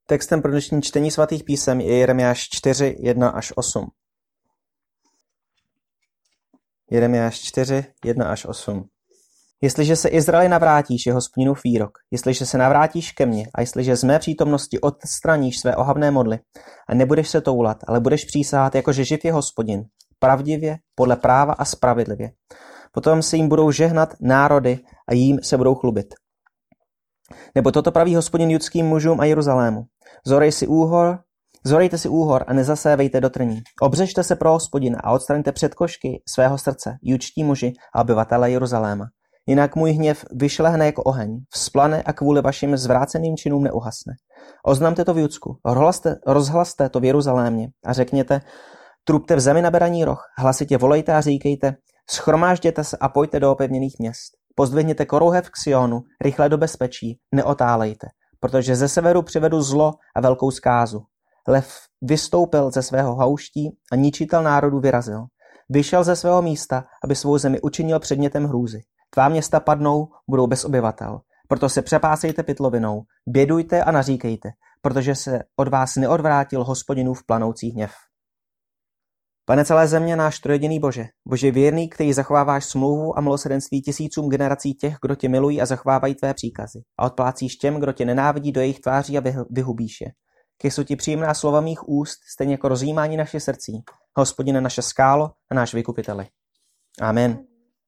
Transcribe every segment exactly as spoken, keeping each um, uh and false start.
Textem pro dnešní čtení svatých písem je Jeremiáš čtyři, jedna až osm. Jeremiáš čtyři, jedna až osm. Jestliže se Izraeli navrátíš, je Hospodinův výrok, jestliže se navrátíš ke mně a jestliže z mé přítomnosti odstraníš své ohavné modly a nebudeš se toulat, ale budeš přísahat, jakože živ je Hospodin, pravdivě, podle práva a spravedlivě, potom se jim budou žehnat národy a jím se budou chlubit. Nebo toto praví Hospodin judským mužům a Jeruzalému. Zorej si úhor, zorejte si úhor a nezasévejte do trní. Obřežte se pro Hospodina a odstraňte předkošky svého srdce, judští muži a obyvatele Jeruzaléma. Jinak můj hněv vyšlehne jako oheň, vzplane a kvůli vašim zvráceným činům neuhasne. Oznamte to v Judsku, rozhlaste, rozhlaste to v Jeruzalémě a řekněte, trubte v zemi na beraní roh, hlasitě volejte a říkejte, schromážděte se a pojďte do opevněných měst. Pozdvihněte korouhev k Sionu, rychle do bezpečí, neotálejte, protože ze severu přivedu zlo a velkou zkázu. Lev vystoupil ze svého hauští a ničitel národů vyrazil. Vyšel ze svého místa, aby svou zemi učinil předmětem hrůzy. Tvá města padnou, budou bez obyvatel. Proto se přepásejte pytlovinou, bědujte a naříkejte, protože se od vás neodvrátil Hospodinův planoucí hněv. Pane celé země, náš trojjediný Bože, Bože věrný, který zachováváš smlouvu a milosrdenství tisícům generací těch, kdo tě milují a zachovávají tvé příkazy, a odplácíš těm, kdo tě nenávidí, do jejich tváří a vyhubíš je. Kež jsou ti příjemná slova mých úst, stejně jako rozjímání naše srdcí. Hospodine, naše skálo a náš vykupiteli. Amen.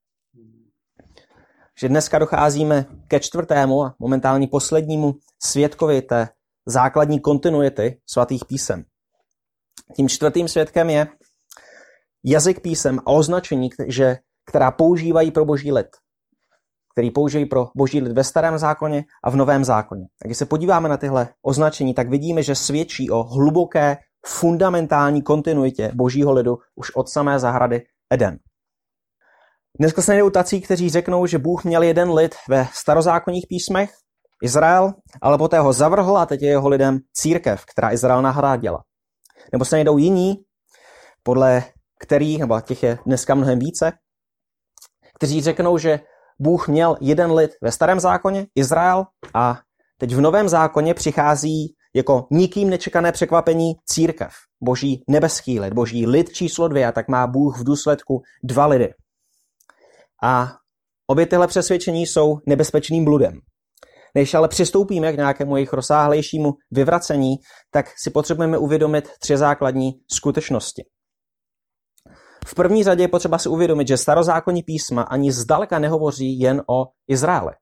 Že dneska docházíme ke čtvrtému a momentálně poslednímu svědkovi té základní kontinuity svatých písem. Tím čtvrtým svědkem je jazyk písem a označení, že, která používají pro boží lid. Který používají pro boží lid ve starém zákoně a v novém zákoně. Tak když se podíváme na tyhle označení, tak vidíme, že svědčí o hluboké, fundamentální kontinuitě božího lidu už od samé zahrady Eden. Dneska se najdou tací, kteří řeknou, že Bůh měl jeden lid ve starozákonních písmech, Izrael, ale poté ho zavrhl a teď je jeho lidem církev, která Izrael nahradila. Nebo se najdou jiní, podle kterých, nebo těch je dneska mnohem více, kteří řeknou, že Bůh měl jeden lid ve starém zákoně, Izrael, a teď v novém zákoně přichází jako nikým nečekané překvapení církev, boží nebeský lid, boží lid číslo dvě, a tak má Bůh v důsledku dva lidy. A obě tyhle přesvědčení jsou nebezpečným bludem. Než ale přistoupíme k nějakému jejich rozsáhlejšímu vyvracení, tak si potřebujeme uvědomit tři základní skutečnosti. V první řadě je potřeba si uvědomit, že starozákonní písma ani zdaleka nehovoří jen o Izraeli.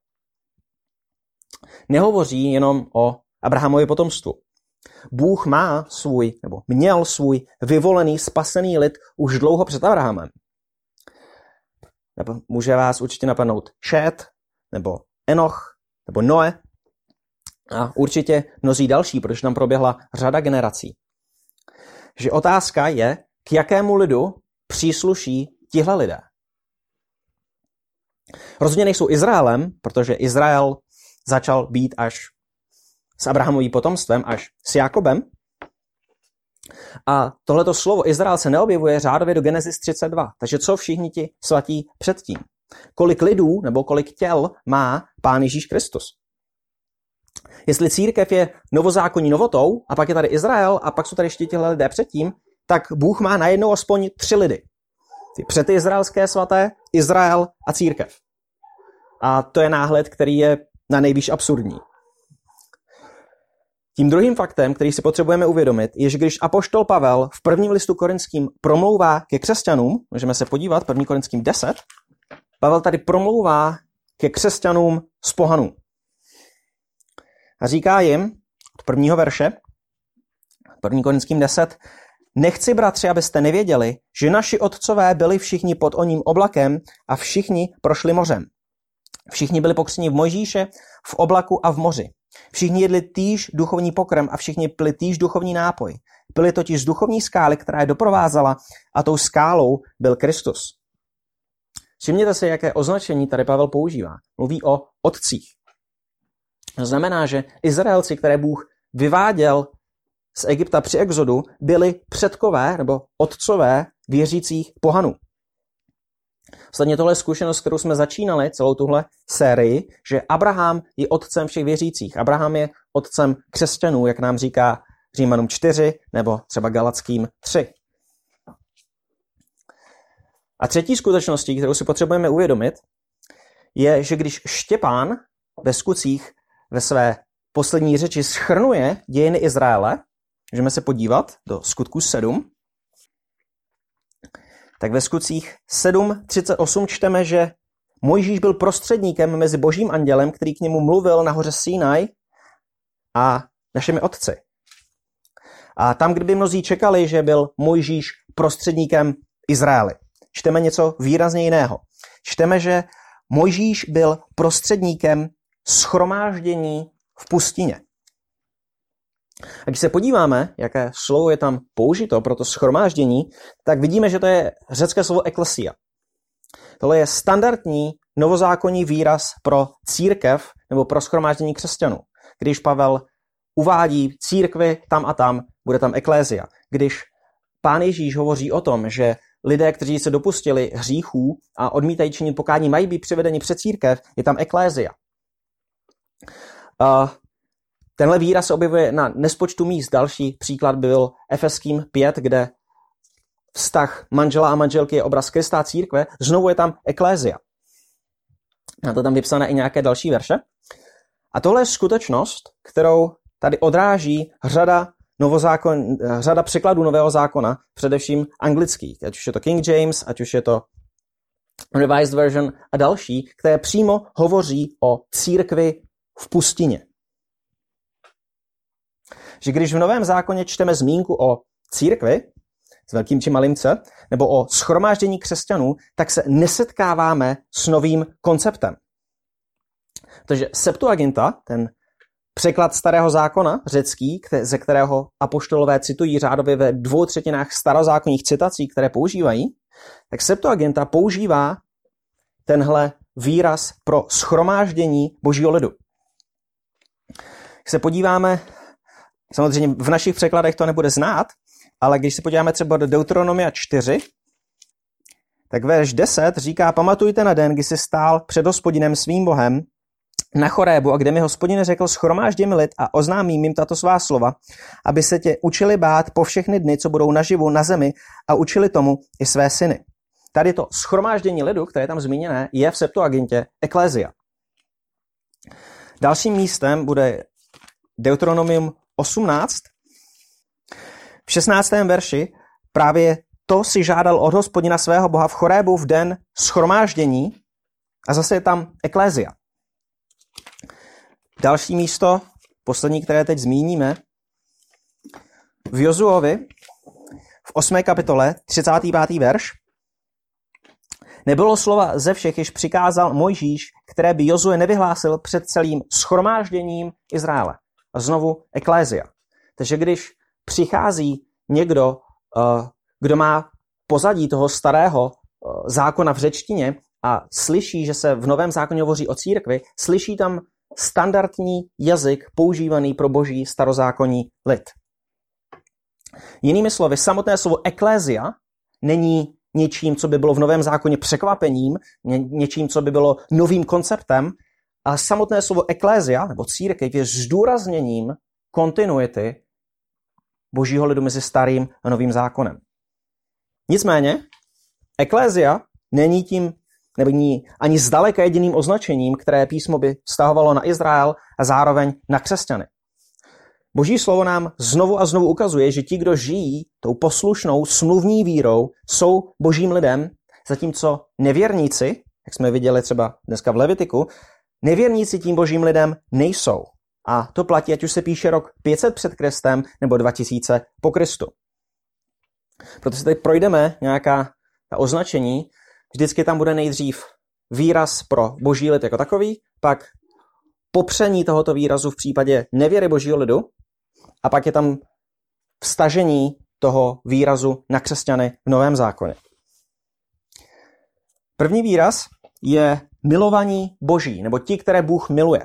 Nehovoří jenom o Abrahamově potomstvu. Bůh má svůj, nebo měl svůj vyvolený, spasený lid už dlouho před Abrahamem. Nebo může vás určitě napadnout Šét, nebo Enoch, nebo Noe a určitě mnozí další, protože tam proběhla řada generací. Že otázka je, k jakému lidu přísluší tihle lidé. Rozhodně nejsou Izraelem, protože Izrael začal být až s Abrahamovým potomstvem, až s Jakobem. A tohleto slovo Izrael se neobjevuje řádově do Genesis třicet dva. Takže co všichni ti svatí předtím? Kolik lidů nebo kolik těl má Pán Ježíš Kristus? Jestli církev je novozákonní novotou a pak je tady Izrael a pak jsou tady ještě tihle lidé předtím, tak Bůh má najednou aspoň tři lidy. Ty předizraelské svaté, Izrael a církev. A to je náhled, který je na nejvýš absurdní. Tím druhým faktem, který si potřebujeme uvědomit, je, že když apoštol Pavel v prvním listu Korinským promlouvá ke křesťanům, můžeme se podívat, první Korinským deset, Pavel tady promlouvá ke křesťanům z pohanů. A říká jim od prvního verše, první Korinským deset, nechci, bratři, abyste nevěděli, že naši otcové byli všichni pod oním oblakem a všichni prošli mořem. Všichni byli pokřtěni v Mojžíše, v oblaku a v moři. Všichni jedli týž duchovní pokrm a všichni pili týž duchovní nápoj. Pili totiž z duchovní skály, která je doprovázela, a tou skálou byl Kristus. Všimněte si, jaké označení tady Pavel používá. Mluví o otcích. To znamená, že Izraelci, které Bůh vyváděl z Egypta při exodu, byli předkové nebo otcové věřících pohanů. Ostatně tohle je zkušenost, kterou jsme začínali celou tuhle sérii, že Abraham je otcem všech věřících. Abraham je otcem křesťanů, jak nám říká Římanům čtyři nebo třeba Galackým tři. A třetí skutečností, kterou si potřebujeme uvědomit, je, že když Štěpán ve Skutcích ve své poslední řeči shrnuje dějiny Izraele, můžeme se podívat do Skutků sedm, tak ve Skutcích sedm třicet osm čteme, že Mojžíš byl prostředníkem mezi božím andělem, který k němu mluvil na hoře Sinaj a našimi otci. A tam, kdyby mnozí čekali, že byl Mojžíš prostředníkem Izraeli, čteme něco výrazně jiného. Čteme, že Mojžíš byl prostředníkem shromáždění v pustině. A když se podíváme, jaké slovo je tam použito pro to shromáždění, tak vidíme, že to je řecké slovo eklesia. Tohle je standardní novozákonní výraz pro církev nebo pro shromáždění křesťanů. Když Pavel uvádí církvy tam a tam, bude tam eklézia. Když Pán Ježíš hovoří o tom, že lidé, kteří se dopustili hříchů a odmítají činit pokání, mají být přivedeni před církev, je tam eklézia. Uh, tenhle výraz se objevuje na nespočtu míst. Další příklad byl Efeským pět, kde vztah manžela a manželky je obraz Krista a církve. Znovu je tam eklézia. A to tam vypsané i nějaké další verše. A tohle je skutečnost, kterou tady odráží řada Novozákon, řada překladů Nového zákona, především anglických, ať už je to King James, ať už je to Revised Version a další, které přímo hovoří o církvi v pustině. Že když v Novém zákoně čteme zmínku o církvi, s velkým či malým c, nebo o shromáždění křesťanů, tak se nesetkáváme s novým konceptem. Takže Septuaginta, ten překlad starého zákona, řecký, ze kterého apoštolové citují řádově ve dvou třetinách starozákonních citací, které používají, tak Septuaginta používá tenhle výraz pro shromáždění božího lidu. Když se podíváme, samozřejmě v našich překladech to nebude znát, ale když se podíváme třeba do Deuteronomia čtyři, tak verš deset říká: pamatujte na den, kdy jsi stál před Hospodinem svým Bohem na Chorébu, a kde mi Hospodin řekl: shromáždě mi lid a oznámím jim tato svá slova, aby se tě učili bát po všechny dny, co budou naživu na zemi, a učili tomu i své syny. Tady to shromáždění lidu, které je tam zmíněné, je v Septuagintě eklézia. Dalším místem bude Deuteronomium osmnáct. V šestnáctém verši právě to si žádal od Hospodina svého Boha v Chorébu v den shromáždění, a zase je tam eklézia. Další místo, poslední, které teď zmíníme, v Jozuovi v osmé kapitole, třicátý pátý verš. Nebylo slova ze všech, již přikázal Mojžíš, které by Jozue nevyhlásil před celým shromážděním Izraele. A znovu eklézia. Takže když přichází někdo, kdo má pozadí toho starého zákona v řečtině a slyší, že se v Novém zákoně hovoří o církvi, slyší tam standardní jazyk používaný pro boží starozákonní lid. Jinými slovy, samotné slovo eklézia není něčím, co by bylo v Novém zákoně překvapením, ně, něčím, co by bylo novým konceptem, a samotné slovo eklézia, nebo církev, je zdůrazněním kontinuity božího lidu mezi starým a novým zákonem. Nicméně, eklézia není tím, nebo ní ani zdaleka jediným označením, které písmo by vztahovalo na Izrael a zároveň na křesťany. Boží slovo nám znovu a znovu ukazuje, že ti, kdo žijí tou poslušnou smluvní vírou, jsou božím lidem, zatímco nevěrníci, jak jsme viděli třeba dneska v Levitiku, nevěrníci tím božím lidem nejsou. A to platí, ať už se píše rok pět set před Kristem nebo dva tisíce po Kristu. Proto se teď projdeme nějaká ta označení. Vždycky tam bude nejdřív výraz pro boží lid jako takový, pak popření tohoto výrazu v případě nevěry božího lidu a pak je tam vztažení toho výrazu na křesťany v Novém zákoně. První výraz je milovaní boží, nebo ti, které Bůh miluje.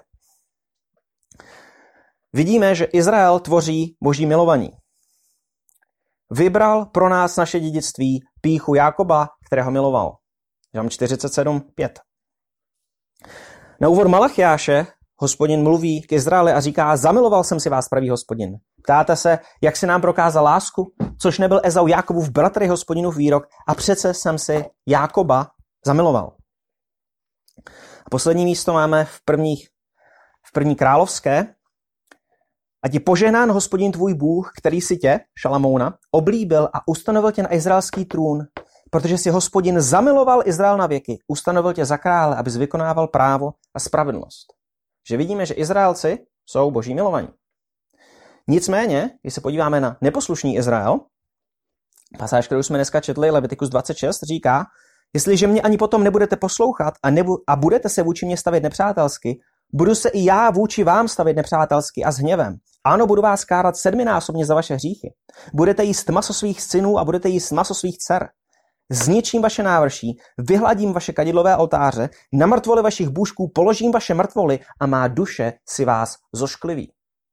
Vidíme, že Izrael tvoří boží milovaní. Vybral pro nás naše dědictví pýchu Jákoba, kterého miloval. Žalm čtyřicet sedm pět. Na úvod Malachiáše Hospodin mluví k Izraeli a říká, zamiloval jsem si vás, pravý Hospodin. Ptáte se, jak si nám prokázal lásku, což nebyl Ezau Jákobův bratr i Hospodinův výrok, a přece jsem si Jákoba zamiloval. A poslední místo máme v, prvních, v první královské. A ti požehnán Hospodin tvůj Bůh, který si tě, Šalamouna, oblíbil a ustanovil tě na izraelský trůn, protože si Hospodin zamiloval Izrael na věky, ustanovil tě za krále, abys vykonával právo a spravedlnost. Že vidíme, že Izraelci jsou boží milovaní. Nicméně, když se podíváme na neposlušný Izrael, pasáž, kterou jsme dneska četli, Levitikus dvacet šest, říká, jestliže mě ani potom nebudete poslouchat a, nebu- a budete se vůči mě stavět nepřátelsky, budu se i já vůči vám stavět nepřátelsky a s hněvem. Ano, budu vás kárat sedminásobně za vaše hříchy. Budete jíst maso svých synů a budete jíst maso svých dcer. Zničím vaše návrší, vyhladím vaše kadidlové oltáře, na mrtvoly vašich bůžků položím vaše mrtvoly a má duše si vás zoškliví.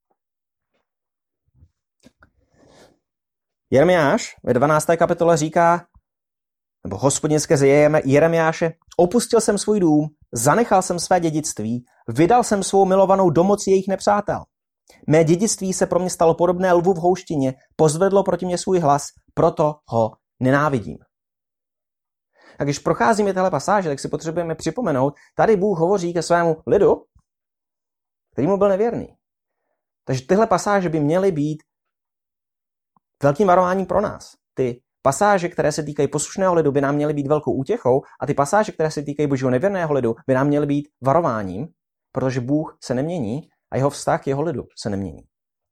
Jeremiáš ve dvanácté kapitole říká, nebo Hospodin skrze Jeremiáše, opustil jsem svůj dům, zanechal jsem své dědictví, vydal jsem svou milovanou do moci jejich nepřátel. Mé dědictví se pro mě stalo podobné lvu v houštině, pozvedlo proti mě svůj hlas, proto ho nenávidím. A když procházíme tahle pasáže, tak si potřebujeme připomenout, tady Bůh hovoří ke svému lidu, který mu byl nevěrný. Takže tyhle pasáže by měly být velkým varováním pro nás. Ty pasáže, které se týkají poslušného lidu, by nám měly být velkou útěchou a ty pasáže, které se týkají božího nevěrného lidu, by nám měly být varováním, protože Bůh se nemění a jeho vztah k jeho lidu se nemění.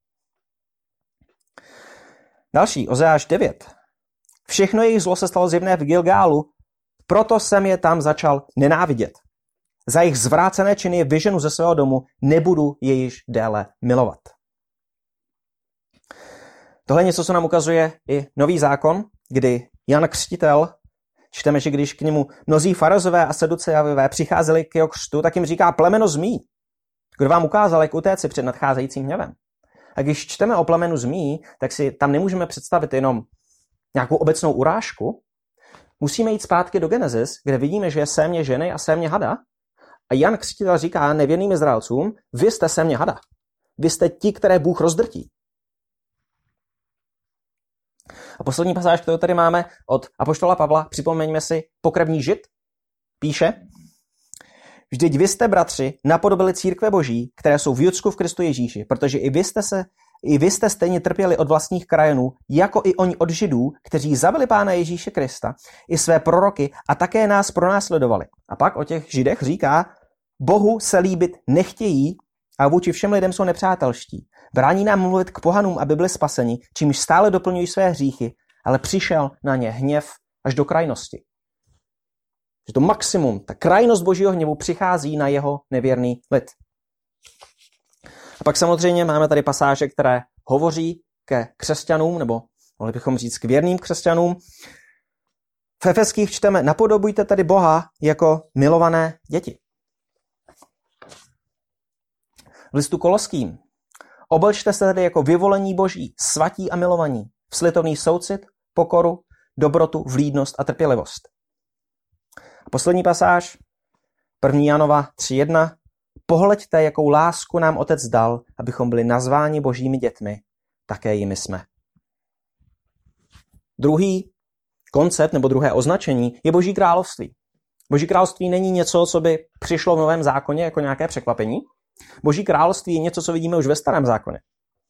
Další, Ozeáš devět. Všechno jejich zlo se stalo zjevné v Gilgálu, proto jsem je tam začal nenávidět. Za jejich zvrácené činy je vyženu ze svého domu, nebudu je již déle milovat. Tohle je něco, co nám ukazuje i nový zákon, kdy Jan Křtitel, čteme, že když k němu mnozí farizové a saducejavé přicházeli k jeho křtu, tak jim říká plemeno zmí. Kdo vám ukázal, jak utéci před nadcházejícím hněvem. A když čteme o plemenu zmí, tak si tam nemůžeme představit jenom nějakou obecnou urážku. Musíme jít zpátky do Genesis, kde vidíme, že je sémě ženy a sémě hada. A Jan Křtitel říká nevěrným Izraelcům, vy jste sémě hada. Vy jste ti, které Bůh rozdrtí. A poslední pasáž, kterou tady máme od apoštola Pavla, připomeňme si, pokrevní žid, píše, vždyť vy jste, bratři, napodobili církve boží, které jsou v Judsku v Kristu Ježíši, protože i vy jste se I vy jste stejně trpěli od vlastních krajanů, jako i oni od židů, kteří zabili Pána Ježíše Krista, i své proroky a také nás pronásledovali. A pak o těch židech říká, Bohu se líbit nechtějí a vůči všem lidem jsou nepřátelští. Brání nám mluvit k pohanům, aby byli spaseni, čímž stále doplňují své hříchy, ale přišel na ně hněv až do krajnosti. Že to maximum, ta krajnost božího hněvu přichází na jeho nevěrný lid. A pak samozřejmě máme tady pasáže, které hovoří ke křesťanům, nebo mohli bychom říct k věrným křesťanům. V Efeských čteme, napodobujte tady Boha jako milované děti. V listu Koloským, oblečte se tedy jako vyvolení boží, svatí a milovaní, v slitovný soucit, pokoru, dobrotu, vlídnost a trpělivost. A poslední pasáž, první Janova tři jedna, pohleďte, jakou lásku nám Otec dal, abychom byli nazváni božími dětmi, také jimi jsme. Druhý koncept nebo druhé označení je Boží království. Boží království není něco, co by přišlo v Novém zákoně jako nějaké překvapení. Boží království je něco, co vidíme už ve Starém zákoně.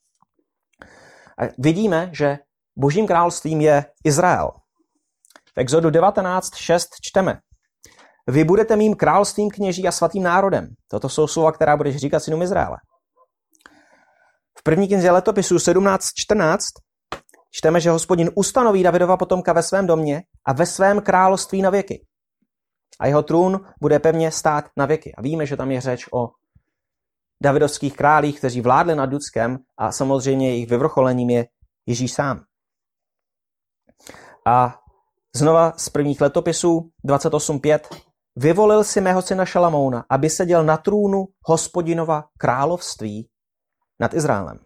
A vidíme, že Božím královstvím je Izrael. V Exodu devatenáct šest čteme. Vy budete mým královstvím kněží a svatým národem. Toto jsou slova, která budeš říkat synům Izraele. V první knize letopisů sedmnáct čtrnáct čteme, že Hospodin ustanoví Davidova potomka ve svém domě a ve svém království na věky. A jeho trůn bude pevně stát na věky. A víme, že tam je řeč o davidovských králích, kteří vládli nad Judskem a samozřejmě jejich vyvrcholením je Ježíš sám. A znova z prvních letopisů dvacet osm pět vyvolil si mého syna Šalamouna, aby seděl na trůnu Hospodinova království nad Izraelem.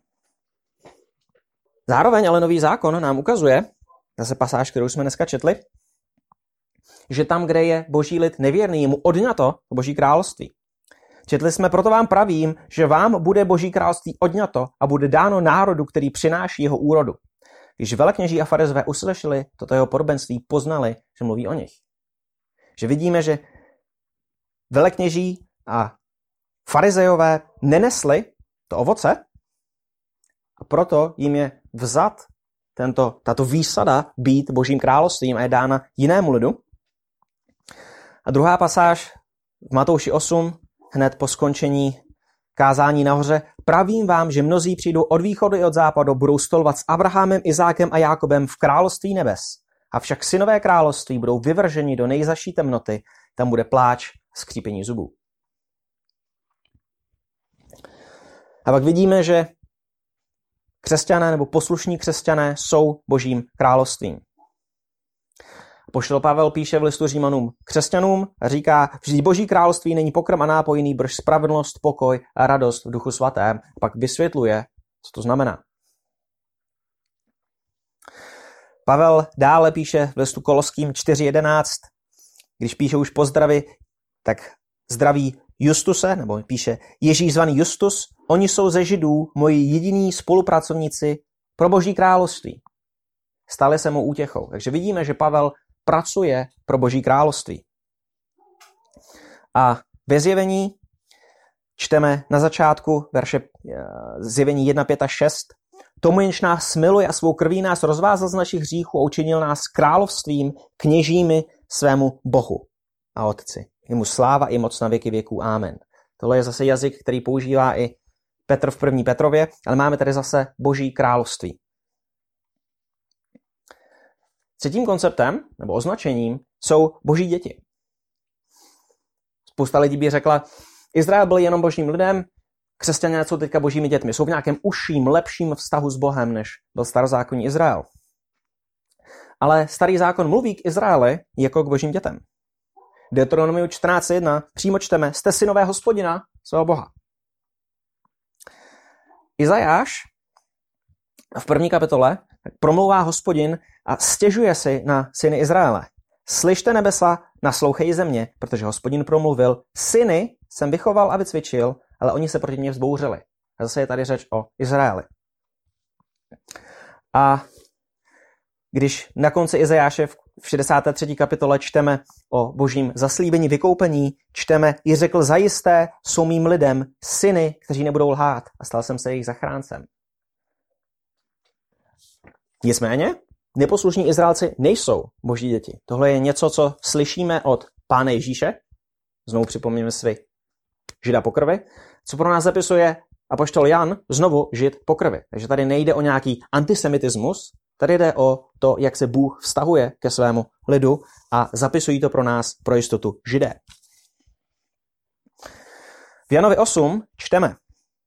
Zároveň ale nový zákon nám ukazuje, zase pasáž, kterou jsme dneska četli, že tam, kde je boží lid nevěrný, je mu odňato boží království. Četli jsme, proto vám pravím, že vám bude boží království odňato a bude dáno národu, který přináší jeho úrodu. Když velekněží a farizové uslyšeli toto jeho podobenství, poznali, že mluví o nich. Že vidíme, že velekněží a farizejové nenesli to ovoce a proto jim je vzat tento, tato výsada být božím královstvím a je dána jinému lidu. A druhá pasáž v Matouši osm, hned po skončení kázání nahoře. Pravím vám, že mnozí přijdou od východu i od západu, budou stolovat s Abrahamem, Izákem a Jákobem v království nebes. Avšak synové království budou vyvrženi do nejzaší temnoty, tam bude pláč a skřípění zubů. A pak vidíme, že křesťané nebo poslušní křesťané jsou božím královstvím. Apoštol Pavel píše v listu Římanům křesťanům a říká, vždyť boží království není pokrm a nápoj jiný, brž spravedlnost, pokoj a radost v duchu svatém. Pak vysvětluje, co to znamená. Pavel dále píše v listu Koloským čtyři jedenáct, když píše už pozdravy, tak zdraví Justuse, nebo píše Ježíš zvaný Justus, oni jsou ze Židů moji jediní spolupracovníci pro boží království. Stali se mu útěchou. Takže vidíme, že Pavel pracuje pro boží království. A ve zjevení čteme na začátku verše zjevení jedna, pět a šest. Tomu jenž nás smiluje a svou krví nás rozvázal z našich hříchů a učinil nás královstvím, kněžími svému Bohu a Otci. Jemu sláva i moc na věky věků. Amen. Tohle je zase jazyk, který používá i Petr v první Petrově, ale máme tady zase boží království. Třetím konceptem, nebo označením, jsou boží děti. Spousta lidí by řekla, Izrael byl jenom božím lidem, křesťané jsou teďka božími dětmi. Jsou v nějakém užším, lepším vztahu s Bohem, než byl starozákonní Izrael. Ale starý zákon mluví k Izraeli jako k božím dětem. V Deuteronomiu čtrnáct jedna přímo čteme, jste synové Hospodina, svého Boha. Izajáš v první kapitole promlouvá Hospodin a stěžuje si na syny Izraele. Slyšte nebesa, naslouchej země, protože Hospodin promluvil, syny jsem vychoval a vycvičil, ale oni se proti mě vzbouřili. A zase je tady řeč o Izraeli. A když na konci Izajáše v šedesáté třetí kapitole čteme o božím zaslíbení vykoupení, čteme, i řekl zajisté jsou mým lidem syny, kteří nebudou lhát a stal jsem se jejich zachráncem. Nicméně, neposlušní Izraelci nejsou boží děti. Tohle je něco, co slyšíme od Pána Ježíše, znovu připomněme si Žida po krvi, co pro nás zapisuje apoštol Jan, znovu Žid po krvi. Takže tady nejde o nějaký antisemitismus, tady jde o to, jak se Bůh vztahuje ke svému lidu a zapisují to pro nás pro jistotu Židé. V Janovi osm čteme.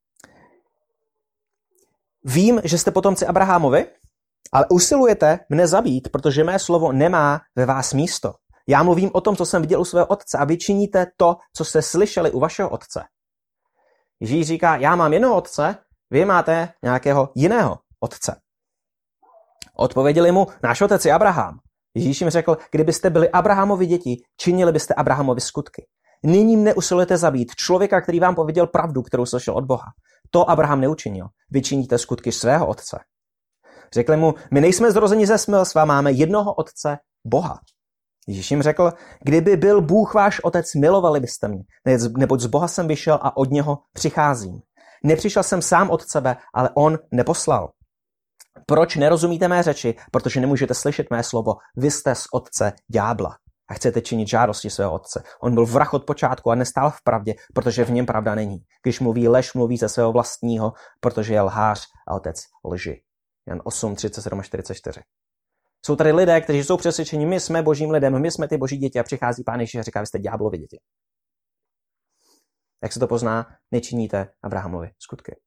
Vím, že jste potomci Abrahamovi, ale usilujete mne zabít, protože mé slovo nemá ve vás místo. Já mluvím o tom, co jsem viděl u svého otce a vy činíte to, co jste slyšeli u vašeho otce. Ježíš říká, já mám jednoho otce, vy máte nějakého jiného otce. Odpověděli mu, náš otec je Abraham. Ježíš jim řekl, kdybyste byli Abrahamovi děti, činili byste Abrahamovi skutky. Nyní mne usilujete zabít člověka, který vám pověděl pravdu, kterou slyšel od Boha. To Abraham neučinil. Vy činíte skutky svého otce. Řekli mu, my nejsme zrozeni ze smilstva, máme jednoho otce, Boha. Ježíš jim řekl, kdyby byl Bůh váš otec, milovali byste mě, neboť z Boha jsem vyšel a od něho přicházím. Nepřišel jsem sám od sebe, ale on neposlal. Proč nerozumíte mé řeči? Protože nemůžete slyšet mé slovo. Vy jste z otce ďábla a chcete činit žádosti svého otce. On byl vrah od počátku a nestál v pravdě, protože v něm pravda není. Když mluví lež, mluví ze svého vlastního, protože je lhář a otec lži. Jan osm, třicet sedm a čtyřicet čtyři. Jsou tady lidé, kteří jsou přesvědčeni, my jsme božím lidem, my jsme ty boží děti a přichází Pán Ježíš a říká, vy jste ďáblovi děti. Jak se to pozná? Nečiníte Abrahamovi skutky.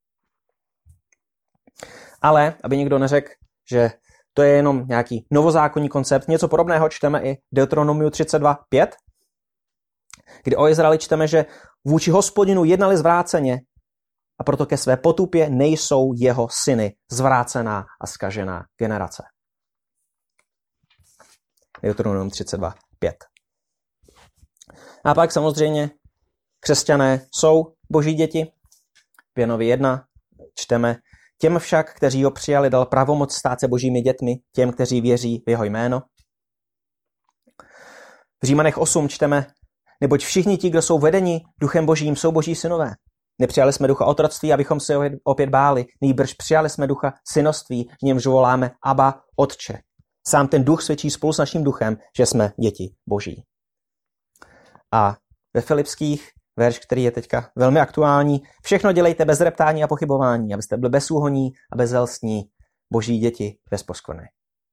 Ale, aby někdo neřekl, že to je jenom nějaký novozákonní koncept, něco podobného čteme i Deuteronomiu třicet dva pět, kdy o Izraeli čteme, že vůči Hospodinu jednali zvráceně a proto ke své potupě nejsou jeho syny zvrácená a zkažená generace. Deuteronomium třicet dva pět. A pak samozřejmě křesťané jsou boží děti. V Janovi jedna čteme: těm však, kteří ho přijali, dal pravomoc stát se božími dětmi, těm, kteří věří v jeho jméno. V Římanech osm čteme: neboť všichni ti, kdo jsou vedeni duchem božím, jsou boží synové. Nepřijali jsme ducha otroctví, abychom se opět báli, nýbrž přijali jsme ducha synoství, v němž voláme Abba, Otče. Sám ten duch svědčí spolu s naším duchem, že jsme děti boží. A ve Filipských, verš, který je teďka velmi aktuální: všechno dělejte bez reptání a pochybování, abyste byli bezúhonní a bezelstní, boží děti bez poskvrny.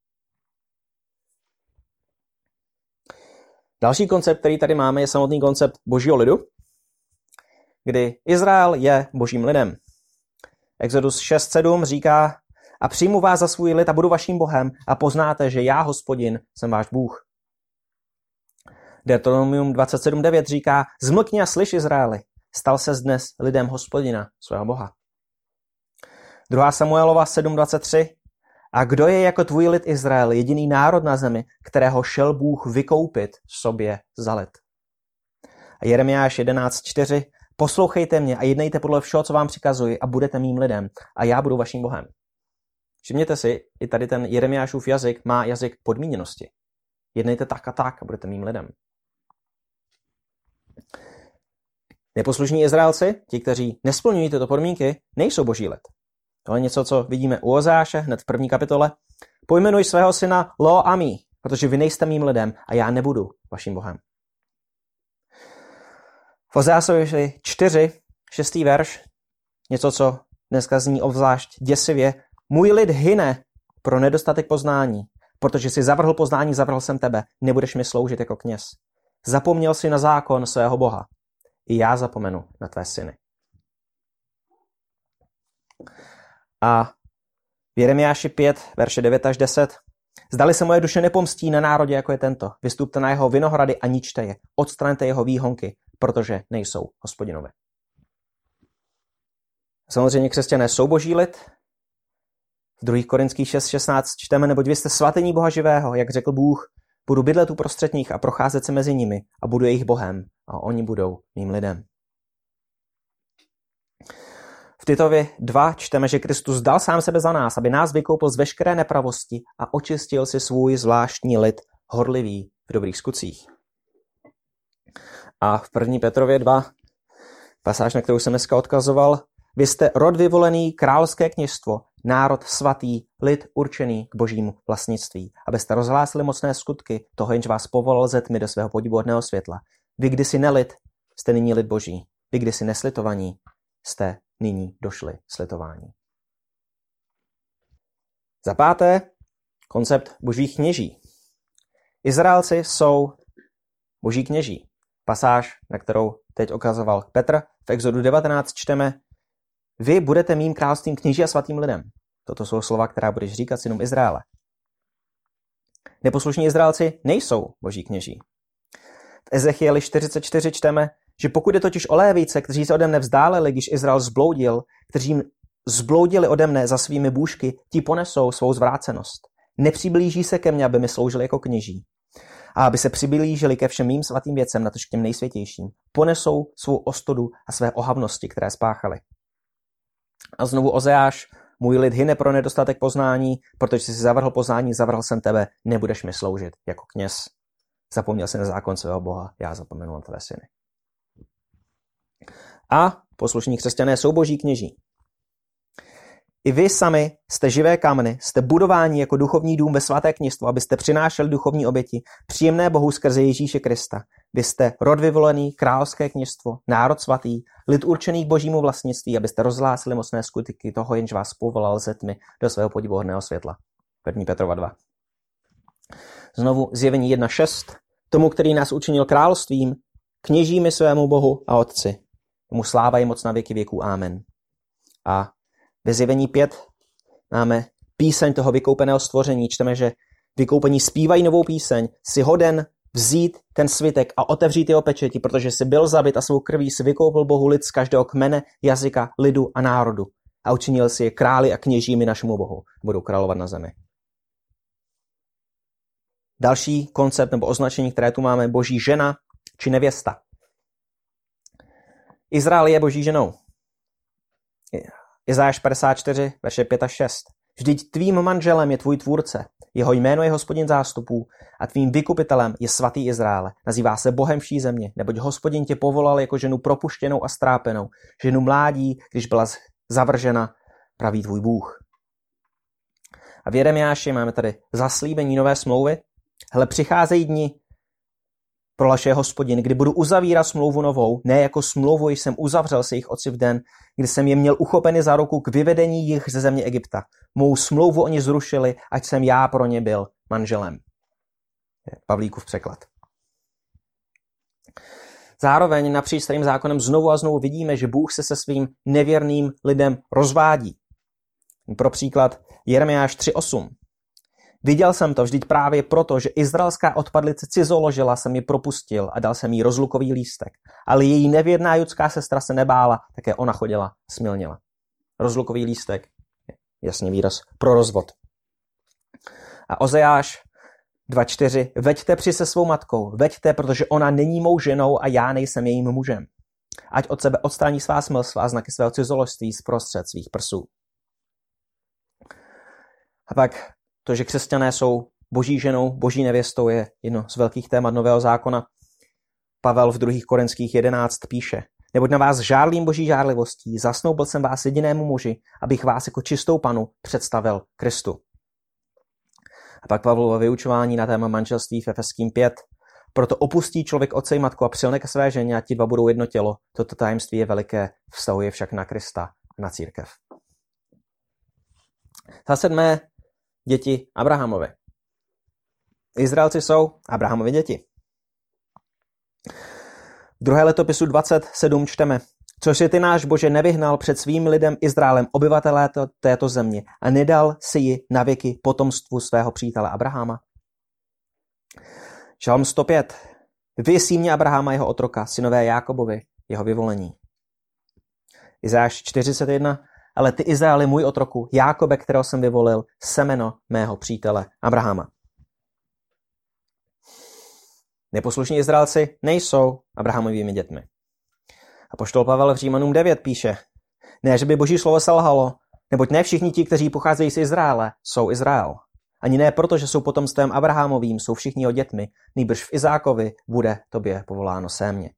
Další koncept, který tady máme, je samotný koncept božího lidu, kdy Izrael je božím lidem. Exodus šest sedm říká: a přijmu vás za svůj lid a budu vaším Bohem a poznáte, že já, Hospodin, jsem váš Bůh. Deuteronomium dvacet sedm devět říká: zmlkni a slyš, Izraeli, stal ses dnes lidem Hospodina, svého Boha. druhá Samuelova sedm dvacet tři: a kdo je jako tvůj lid Izrael, jediný národ na zemi, kterého šel Bůh vykoupit sobě za lid. A Jeremiáš jedenáct čtyři: poslouchejte mě a jednejte podle všeho, co vám přikazuji, a budete mým lidem a já budu vaším Bohem. Všimněte si, i tady ten Jeremiášův jazyk má jazyk podmíněnosti. Jednejte tak a tak a budete mým lidem. Neposlušní Izraelci, ti, kteří nesplňují tyto podmínky, nejsou boží lid. To je něco, co vidíme u Ozeáše hned v první kapitole. Pojmenuj svého syna Lo Ami, protože vy nejste mým lidem a já nebudu vaším Bohem. V Ozeášovi čtyři, šestý verš, něco, co dneska zní obzvlášť děsivě: můj lid hyne pro nedostatek poznání, protože si zavrhl poznání, zavrhl jsem tebe, nebudeš mi sloužit jako kněz. Zapomněl si na zákon svého Boha. I já zapomenu na tvé syny. A v Jeremiáši pět, verše devět až deset: zdali se moje duše nepomstí na národě, jako je tento, vystupte na jeho vinohrady a ničte je, odstraňte jeho výhonky, protože nejsou Hospodinové. Samozřejmě křesťané jsou boží lid. V druhých Korinských šest šestnáct čteme: neboť vy jste svatyní Boha živého, jak řekl Bůh, budu bydlet uprostřed nich a procházet se mezi nimi a budu jejich Bohem a oni budou mým lidem. V Titově dva čteme, že Kristus dal sám sebe za nás, aby nás vykoupil z veškeré nepravosti a očistil si svůj zvláštní lid, horlivý v dobrých skutcích. A v první Petrově dva, pasáž, na kterou jsem dneska odkazoval: vy jste rod vyvolený, královské kněžstvo, národ svatý, lid určený k božímu vlastnictví, abyste rozhlásili mocné skutky toho, jenž vás povolal ze tmy do svého podivuhodného světla. Vy kdysi nelid, jste nyní lid boží. Vy kdysi neslitovaní, jste nyní došli slitování. Za páté, koncept božích kněží. Izraelci jsou boží kněží. Pasáž, na kterou teď ukazoval Petr, v Exodu devatenáct čteme: vy budete mým královstvím kněží a svatým lidem. Toto jsou slova, která budeš říkat synům Izraele. Neposlušní Izraelci nejsou boží kněží. V Ezechieli čtyřicet čtyři čteme, že pokud je totiž o Lévíce, kteří se ode mne vzdáleli, když Izrael zbloudil, kteří zbloudili ode mne za svými bůžky, ti ponesou svou zvrácenost. Nepřiblíží se ke mně, aby mi sloužili jako kněží. A aby se přiblížili ke všem mým svatým věcem, natož k těm nejsvětějším, ponesou svou ostudu a své ohavnosti, které spáchali. A znovu Ozeáš: můj lid hyne pro nedostatek poznání, protože jsi si zavrhl poznání, zavrhl jsem tebe, nebudeš mi sloužit jako kněz. Zapomněl jsi na zákon svého Boha, já zapomenu na tvé syny. A poslušní křesťané jsou boží kněží. I vy sami jste živé kameny, jste budováni jako duchovní dům ve svaté kněžstvo, abyste přinášeli duchovní oběti, příjemné Bohu skrze Ježíše Krista. Vy jste rod vyvolený, královské kněžstvo, národ svatý, lid určený k božímu vlastnictví, abyste rozhlásili mocné skutky toho, jenž vás povolal ze tmy do svého podivuhodného světla. první Petrova dva. Znovu Zjevení jedna šest. Tomu, který nás učinil královstvím, kněžími svému Bohu a Otci. Tomu sláva je moc na věky věků. Amen. A ve Zjevení pět máme píseň toho vykoupeného stvoření. Čteme, že vykoupení zpívají novou píseň, si hoden vzít ten svitek a otevřít jeho pečeti, protože si byl zabit a svou krví si vykoupil Bohu lid z každého kmene, jazyka, lidu a národu. A učinil si je králi a kněžími našemu Bohu. Budou královat na zemi. Další koncept nebo označení, které tu máme, boží žena či nevěsta. Izrael je boží ženou. Izajáš padesát čtyři, verše pět a šest. Vždyť tvým manželem je tvůj tvůrce, jeho jméno je Hospodin zástupů a tvým vykupitelem je svatý Izraele. Nazývá se Bohem vší země, neboť Hospodin tě povolal jako ženu propuštěnou a strápenou, ženu mládí, když byla zavržena, praví tvůj Bůh. A v Jeremiáši máme tady zaslíbení nové smlouvy. Hele, přicházejí dni, prohlašuje Hospodin, kdy budu uzavírat smlouvu novou, ne jako smlouvu, již jsem uzavřel se jejich otci v den, kdy jsem je měl uchopeny za ruku k vyvedení jich ze země Egypta. Mou smlouvu oni zrušili, ať jsem já pro ně byl manželem. Pavlíkův překlad. Zároveň napříč starým zákonem znovu a znovu vidíme, že Bůh se se svým nevěrným lidem rozvádí. Pro příklad Jeremiáš tři osm. Viděl jsem to vždyť právě proto, že izraelská odpadlice cizoložila jsem ji propustil a dal jsem jí rozlukový lístek. Ale její nevěrná judská sestra se nebála, také ona chodila, smilnila. Rozlukový lístek, jasný výraz pro rozvod. A Ozeáš dva čtyři. Veďte při se svou matkou, veďte, protože ona není mou ženou a já nejsem jejím mužem. Ať od sebe odstraní svá smilstva a znaky svého cizoložství zprostřed svých prsů. A pak to, že křesťané jsou boží ženou, boží nevěstou, je jedno z velkých témat Nového zákona. Pavel v druhých Korinských jedenáct píše, neboť na vás žárlím boží žárlivostí, zasnoubil jsem vás jedinému muži, abych vás jako čistou panu představil Kristu. A pak Pavlovo vyučování na téma manželství v Efeským pět. Proto opustí člověk otce i matku a přilne ke své ženě a ti dva budou jedno tělo. Toto tajemství je veliké, vztahuje však na Krista a na církev. Za sedmé, děti Abrahamovi. Izraelci jsou Abrahamovi děti. V druhé letopisu dvacet sedm čteme, což si ty náš Bože nevyhnal před svým lidem Izraelem obyvatelé této země a nedal si ji na věky potomstvu svého přítele Abrahama. Žalm sto pět. Vy símě Abrahama jeho otroka, synové Jákobovi, jeho vyvolení. Izajáš čtyřicet jedna. Ale ty, Izraeli, můj otroku, Jákobe, kterého jsem vyvolil, semeno mého přítele Abrahama. Neposlušní Izraelci nejsou Abrahamovými dětmi. Apoštol Pavel v Římanům devět píše, ne, že by boží slovo selhalo, neboť ne všichni ti, kteří pocházejí z Izraele, jsou Izrael. Ani ne proto, že jsou potomstvem Abrahamovým, jsou všichni jeho dětmi, nýbrž v Izákovi bude tobě povoláno sémě.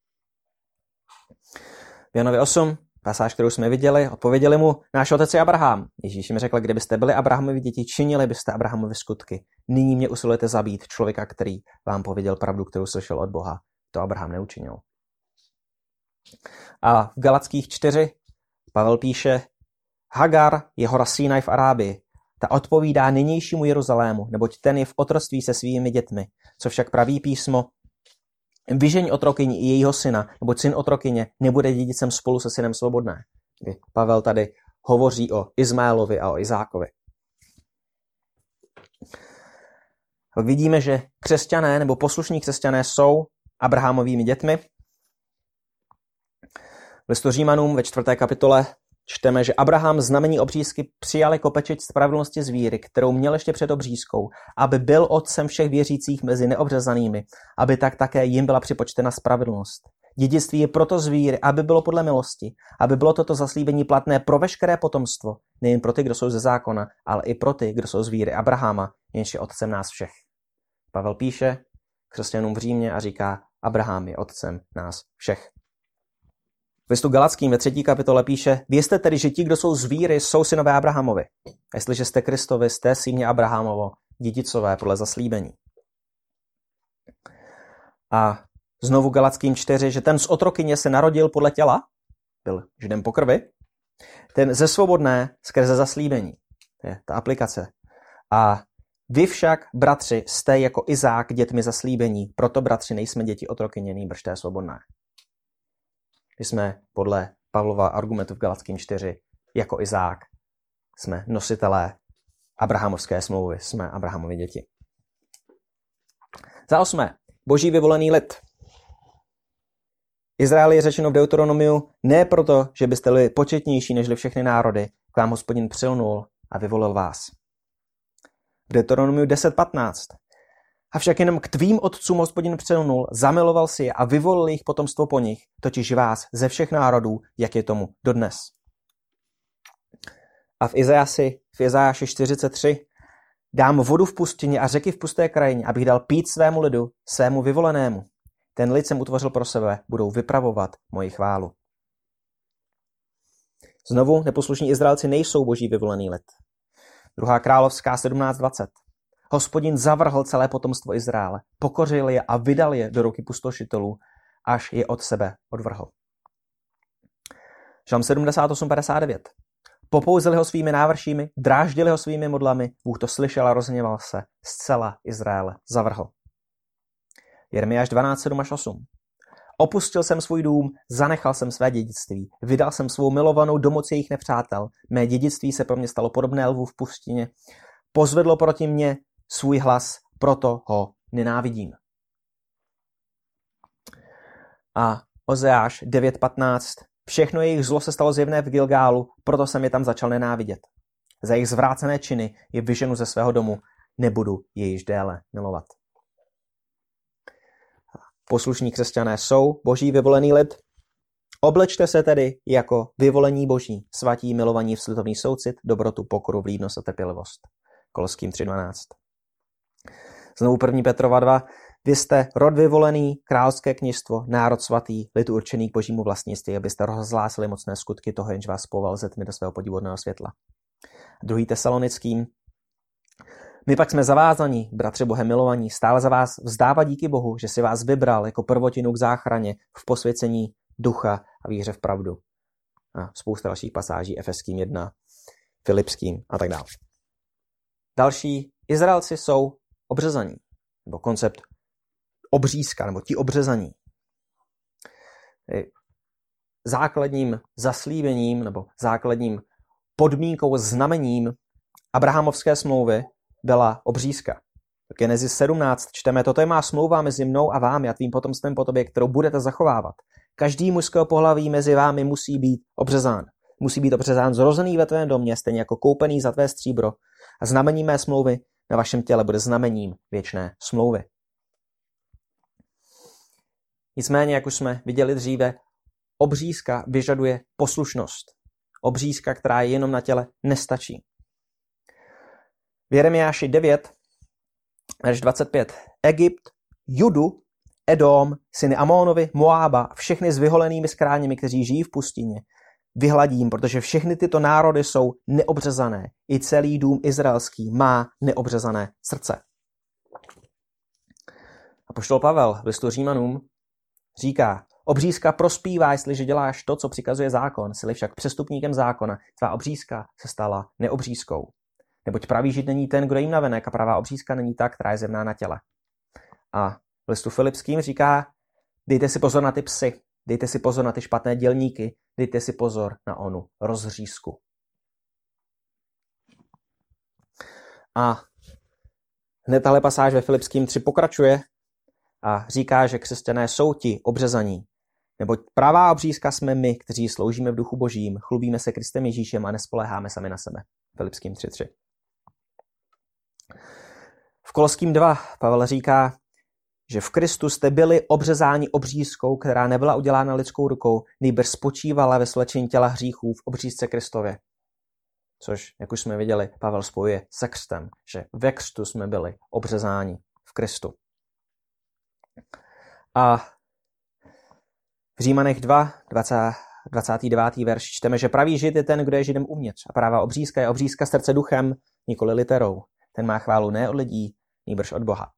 V Janovi osm, pasáž, kterou jsme viděli, odpověděli mu, náš otec je Abraham. Ježíš jim řekl, kdybyste byli Abrahamovi děti, činili byste Abrahamovi skutky. Nyní mě usilujete zabít člověka, který vám pověděl pravdu, kterou slyšel od Boha. To Abraham neučinil. A v Galackých čtyři Pavel píše, Hagar je hora Sinaj v Arábii. Ta odpovídá nynějšímu Jeruzalému, neboť ten je v otroctví se svými dětmi. Co však praví písmo, vyžeň otrokyni i jejího syna, neboť syn otrokyně nebude dědicem spolu se synem svobodné. Pavel tady hovoří o Izmaelovi a o Izákovi. Tak vidíme, že křesťané nebo poslušní křesťané jsou Abrahamovými dětmi. V listu Římanům ve čtvrté kapitole čteme, že Abraham znamení obřízky přijal jako pečeť spravedlnosti z víry, kterou měl ještě před obřízkou, aby byl otcem všech věřících mezi neobřezanými, aby tak také jim byla připočtena spravedlnost. Dědictví je proto z víry, aby bylo podle milosti, aby bylo toto zaslíbení platné pro veškeré potomstvo, nejen pro ty, kdo jsou ze zákona, ale i pro ty, kdo jsou z víry Abrahama, jenž je otcem nás všech. Pavel píše křesťanům v Římě a říká, Abraham je otcem nás všech. V listu Galackým ve třetí kapitole píše, vězte tedy, že ti, kdo jsou z víry, jsou synové Abrahamovi. A jestliže jste Kristovi, jste símě Abrahamovo, dědicové podle zaslíbení. A znovu Galackým čtyři, že ten z otrokyně se narodil podle těla, byl židem po krvi, ten ze svobodné skrze zaslíbení. To je ta aplikace. A vy však, bratři, jste jako Izák dětmi zaslíbení, proto, bratři, nejsme děti otrokyně, nýbrž té svobodné. My jsme podle Pavlova argumentu v Galackým čtyři jako Izák. Jsme nositelé Abrahamovské smlouvy, jsme Abrahamovi děti. Za osmé, boží vyvolený lid. Izrael je řečeno v Deuteronomiu ne proto, že byste byli početnější nežli všechny národy, k vám Hospodin přilnul a vyvolil vás. V Deuteronomiu deset patnáct. Avšak jenom k tvým otcům Hospodin přilnul, zamiloval si je a vyvolil jejich potomstvo po nich, totiž vás ze všech národů, jak je tomu dodnes. A v Izajáši, v Izajáši čtyřicet tři dám vodu v pustině a řeky v pusté krajině, abych dal pít svému lidu, svému vyvolenému. Ten lid jsem utvořil pro sebe, budou vypravovat moji chválu. Znovu, neposlušní Izraelci nejsou boží vyvolený lid. Druhá královská sedmnáct dvacet. Hospodin zavrhl celé potomstvo Izraele, pokořil je a vydal je do ruky pustošitelů, až je od sebe odvrhl. Žalm sedmdesát osm padesát devět. Popouzeli ho svými návršími, dráždili ho svými modlami, Bůh to slyšel a rozhněval se, zcela Izraele zavrhl. Jeremiáš dvanáct sedm až osm. Opustil jsem svůj dům, zanechal jsem své dědictví, vydal jsem svou milovanou do moci jejich nepřátel, mé dědictví se pro mě stalo podobné lvu v pustině, pozvedlo proti mně svůj hlas, proto ho nenávidím. A Ozeáš devět patnáct. Všechno jejich zlo se stalo zjevné v Gilgálu, proto jsem je tam začal nenávidět. Za jejich zvrácené činy je vyženu ze svého domu, nebudu je již déle milovat. Poslušní křesťané jsou boží vyvolený lid. Oblečte se tedy jako vyvolení boží, svatí, milovaní v slitovný soucit, dobrotu, pokoru, vlídnost a trpělivost. Koloským tři dvanáct. Znovu první Petrova dva. Vy jste rod vyvolený, královské kněžstvo, národ svatý, lid určený k božímu vlastnictví, abyste rozhlásili mocné skutky toho, jenž vás povolal ze tmy do svého podivuhodného světla. Druhý Tesalonickým. My pak jsme zavázaní, bratři Bohem milovaní, stále za vás vzdávat díky Bohu, že si vás vybral jako prvotinu k záchraně v posvěcení ducha a víře v pravdu. A spousta dalších pasáží, Efeským jedna, Filipským a tak dále. Další, Izraelci jsou obřezaní, nebo koncept obřízka, nebo ti obřezaní. Základním zaslíbením, nebo základním podmínkou, znamením Abrahamovské smlouvy byla obřízka. V Genesis sedmnáct čteme, toto je má smlouva mezi mnou a vámi a tvým potomstvem po tobě, kterou budete zachovávat. Každý mužského pohlaví mezi vámi musí být obřezán. Musí být obřezán zrozený ve tvém domě, stejně jako koupený za tvé stříbro. A znamení mé smlouvy na vašem těle bude znamením věčné smlouvy. Nicméně, jak už jsme viděli dříve, obřízka vyžaduje poslušnost. Obřízka, která je jenom na těle, nestačí. V Jeremiáši devět, verš dvacet pět. Egypt, Judu, Edom, syny Amónovi, Moába, všechny s vyholenými skráněmi, kteří žijí v pustině, vyhladím, protože všechny tyto národy jsou neobřezané. I celý dům izraelský má neobřezané srdce. Apoštol Pavel v listu Římanům říká, obřízka prospívá, jestliže děláš to, co přikazuje zákon, jsi však přestupníkem zákona, tvá obřízka se stala neobřízkou. Neboť pravý žid není ten, kdo jim navenek, a pravá obřízka není ta, která je zjevná na těle. A v listu Filipským říká, dejte si pozor na ty psy, dejte si pozor na ty špatné dělníky, dejte si pozor na onu rozřízku. A hned tahle pasáž ve Filipským tři pokračuje a říká, že křesťané jsou ti obřezaní. Neboť pravá obřízka jsme my, kteří sloužíme v duchu božím, chlubíme se Kristem Ježíšem a nespoléháme sami na sebe. Filipským tři tři. V Koloským dva Pavel říká, že v Kristu jste byli obřezáni obřízkou, která nebyla udělána lidskou rukou, nýbrž spočívala ve svlečení těla hříchů v obřízce Kristově. Což, jak už jsme viděli, Pavel spojuje se křtem, že ve křtu jsme byli obřezáni v Kristu. A v Římanech dva, dvacátý devátý verš čteme, že pravý žid je ten, kdo je židem uvnitř a pravá obřízka je obřízka srdce duchem, nikoli literou. Ten má chválu ne od lidí, nýbrž od Boha.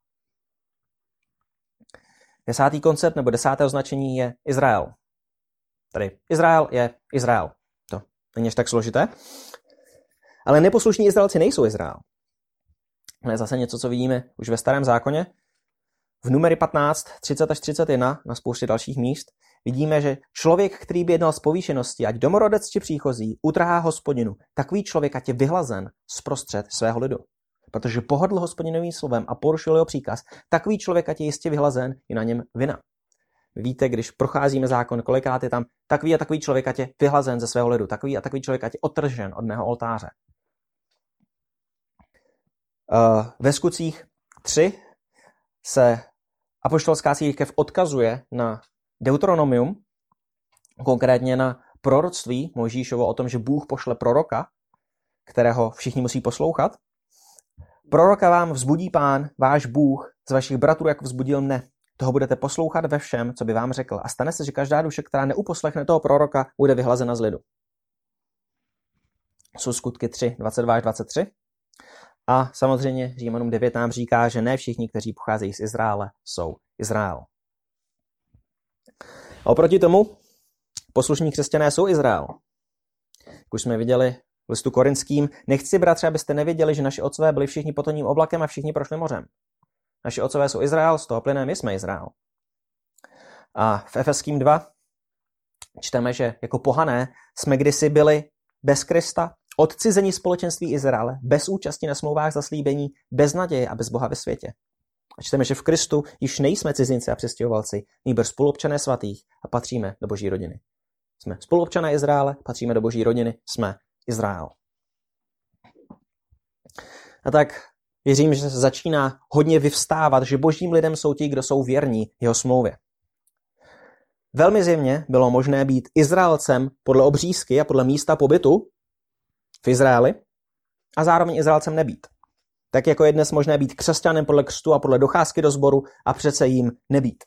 Desátý koncept nebo desáté označení je Izrael. Tady Izrael je Izrael. To není až tak složité. Ale neposlušní Izraelci nejsou Izrael. Ale zase něco, co vidíme už ve Starém zákoně. V Numery patnáct, třicet až třicet jedna, na spoustě dalších míst, vidíme, že člověk, který by jednal z povýšenosti, ať domorodec či příchozí, utrhá Hospodinu, takový člověk, ať je vyhlazen zprostřed svého lidu. Protože pohodl Hospodinovým slovem a porušil jeho příkaz, takový člověk, ať je jistě vyhlazen, je na něm vina. Víte, když procházíme zákon, kolikrát je tam takový a takový člověk, ať je vyhlazen ze svého lidu, takový a takový člověk, ať je odtržen od mého oltáře. Uh, ve Skutcích tři se apoštolská církev odkazuje na Deuteronomium, konkrétně na proroctví Mojžíšovo o tom, že Bůh pošle proroka, kterého všichni musí poslouchat. Proroka vám vzbudí Pán, váš Bůh, z vašich bratrů, jako vzbudil mne. Toho budete poslouchat ve všem, co by vám řekl. A stane se, že každá duše, která neuposlechne toho proroka, bude vyhlazena z lidu. Jsou Skutky tři, dvacet dva až dvacet tři. A samozřejmě Římanům devět nám říká, že ne všichni, kteří pocházejí z Izraele, jsou Izrael. A oproti tomu poslušní křesťané jsou Izrael. Jak už jsme viděli v listu Korinským, nechci, bratři, abyste nevěděli, že naši otcové byli všichni pod oním oblakem a všichni prošli mořem. Naši otcové jsou Izrael, z toho plyne my jsme Izrael. A v Efeským dva čteme, že jako pohané jsme kdysi byli bez Krista, odcizení společenství Izraele, bez účasti na smlouvách zaslíbení, bez naděje a bez Boha ve světě. A čteme, že v Kristu již nejsme cizinci a přistěhovalci, nýbrž spoluobčané svatých a patříme do Boží rodiny. Jsme spoluobčané Izraele, patříme do Boží rodiny, jsme Izrael. A tak věřím, že se začíná hodně vyvstávat, že božím lidem jsou ti, kdo jsou věrní jeho smlouvě. Velmi zjevně bylo možné být Izraelcem podle obřízky a podle místa pobytu v Izraeli a zároveň Izraelcem nebýt. Tak jako je dnes možné být křesťanem podle křtu a podle docházky do sboru a přece jim nebýt.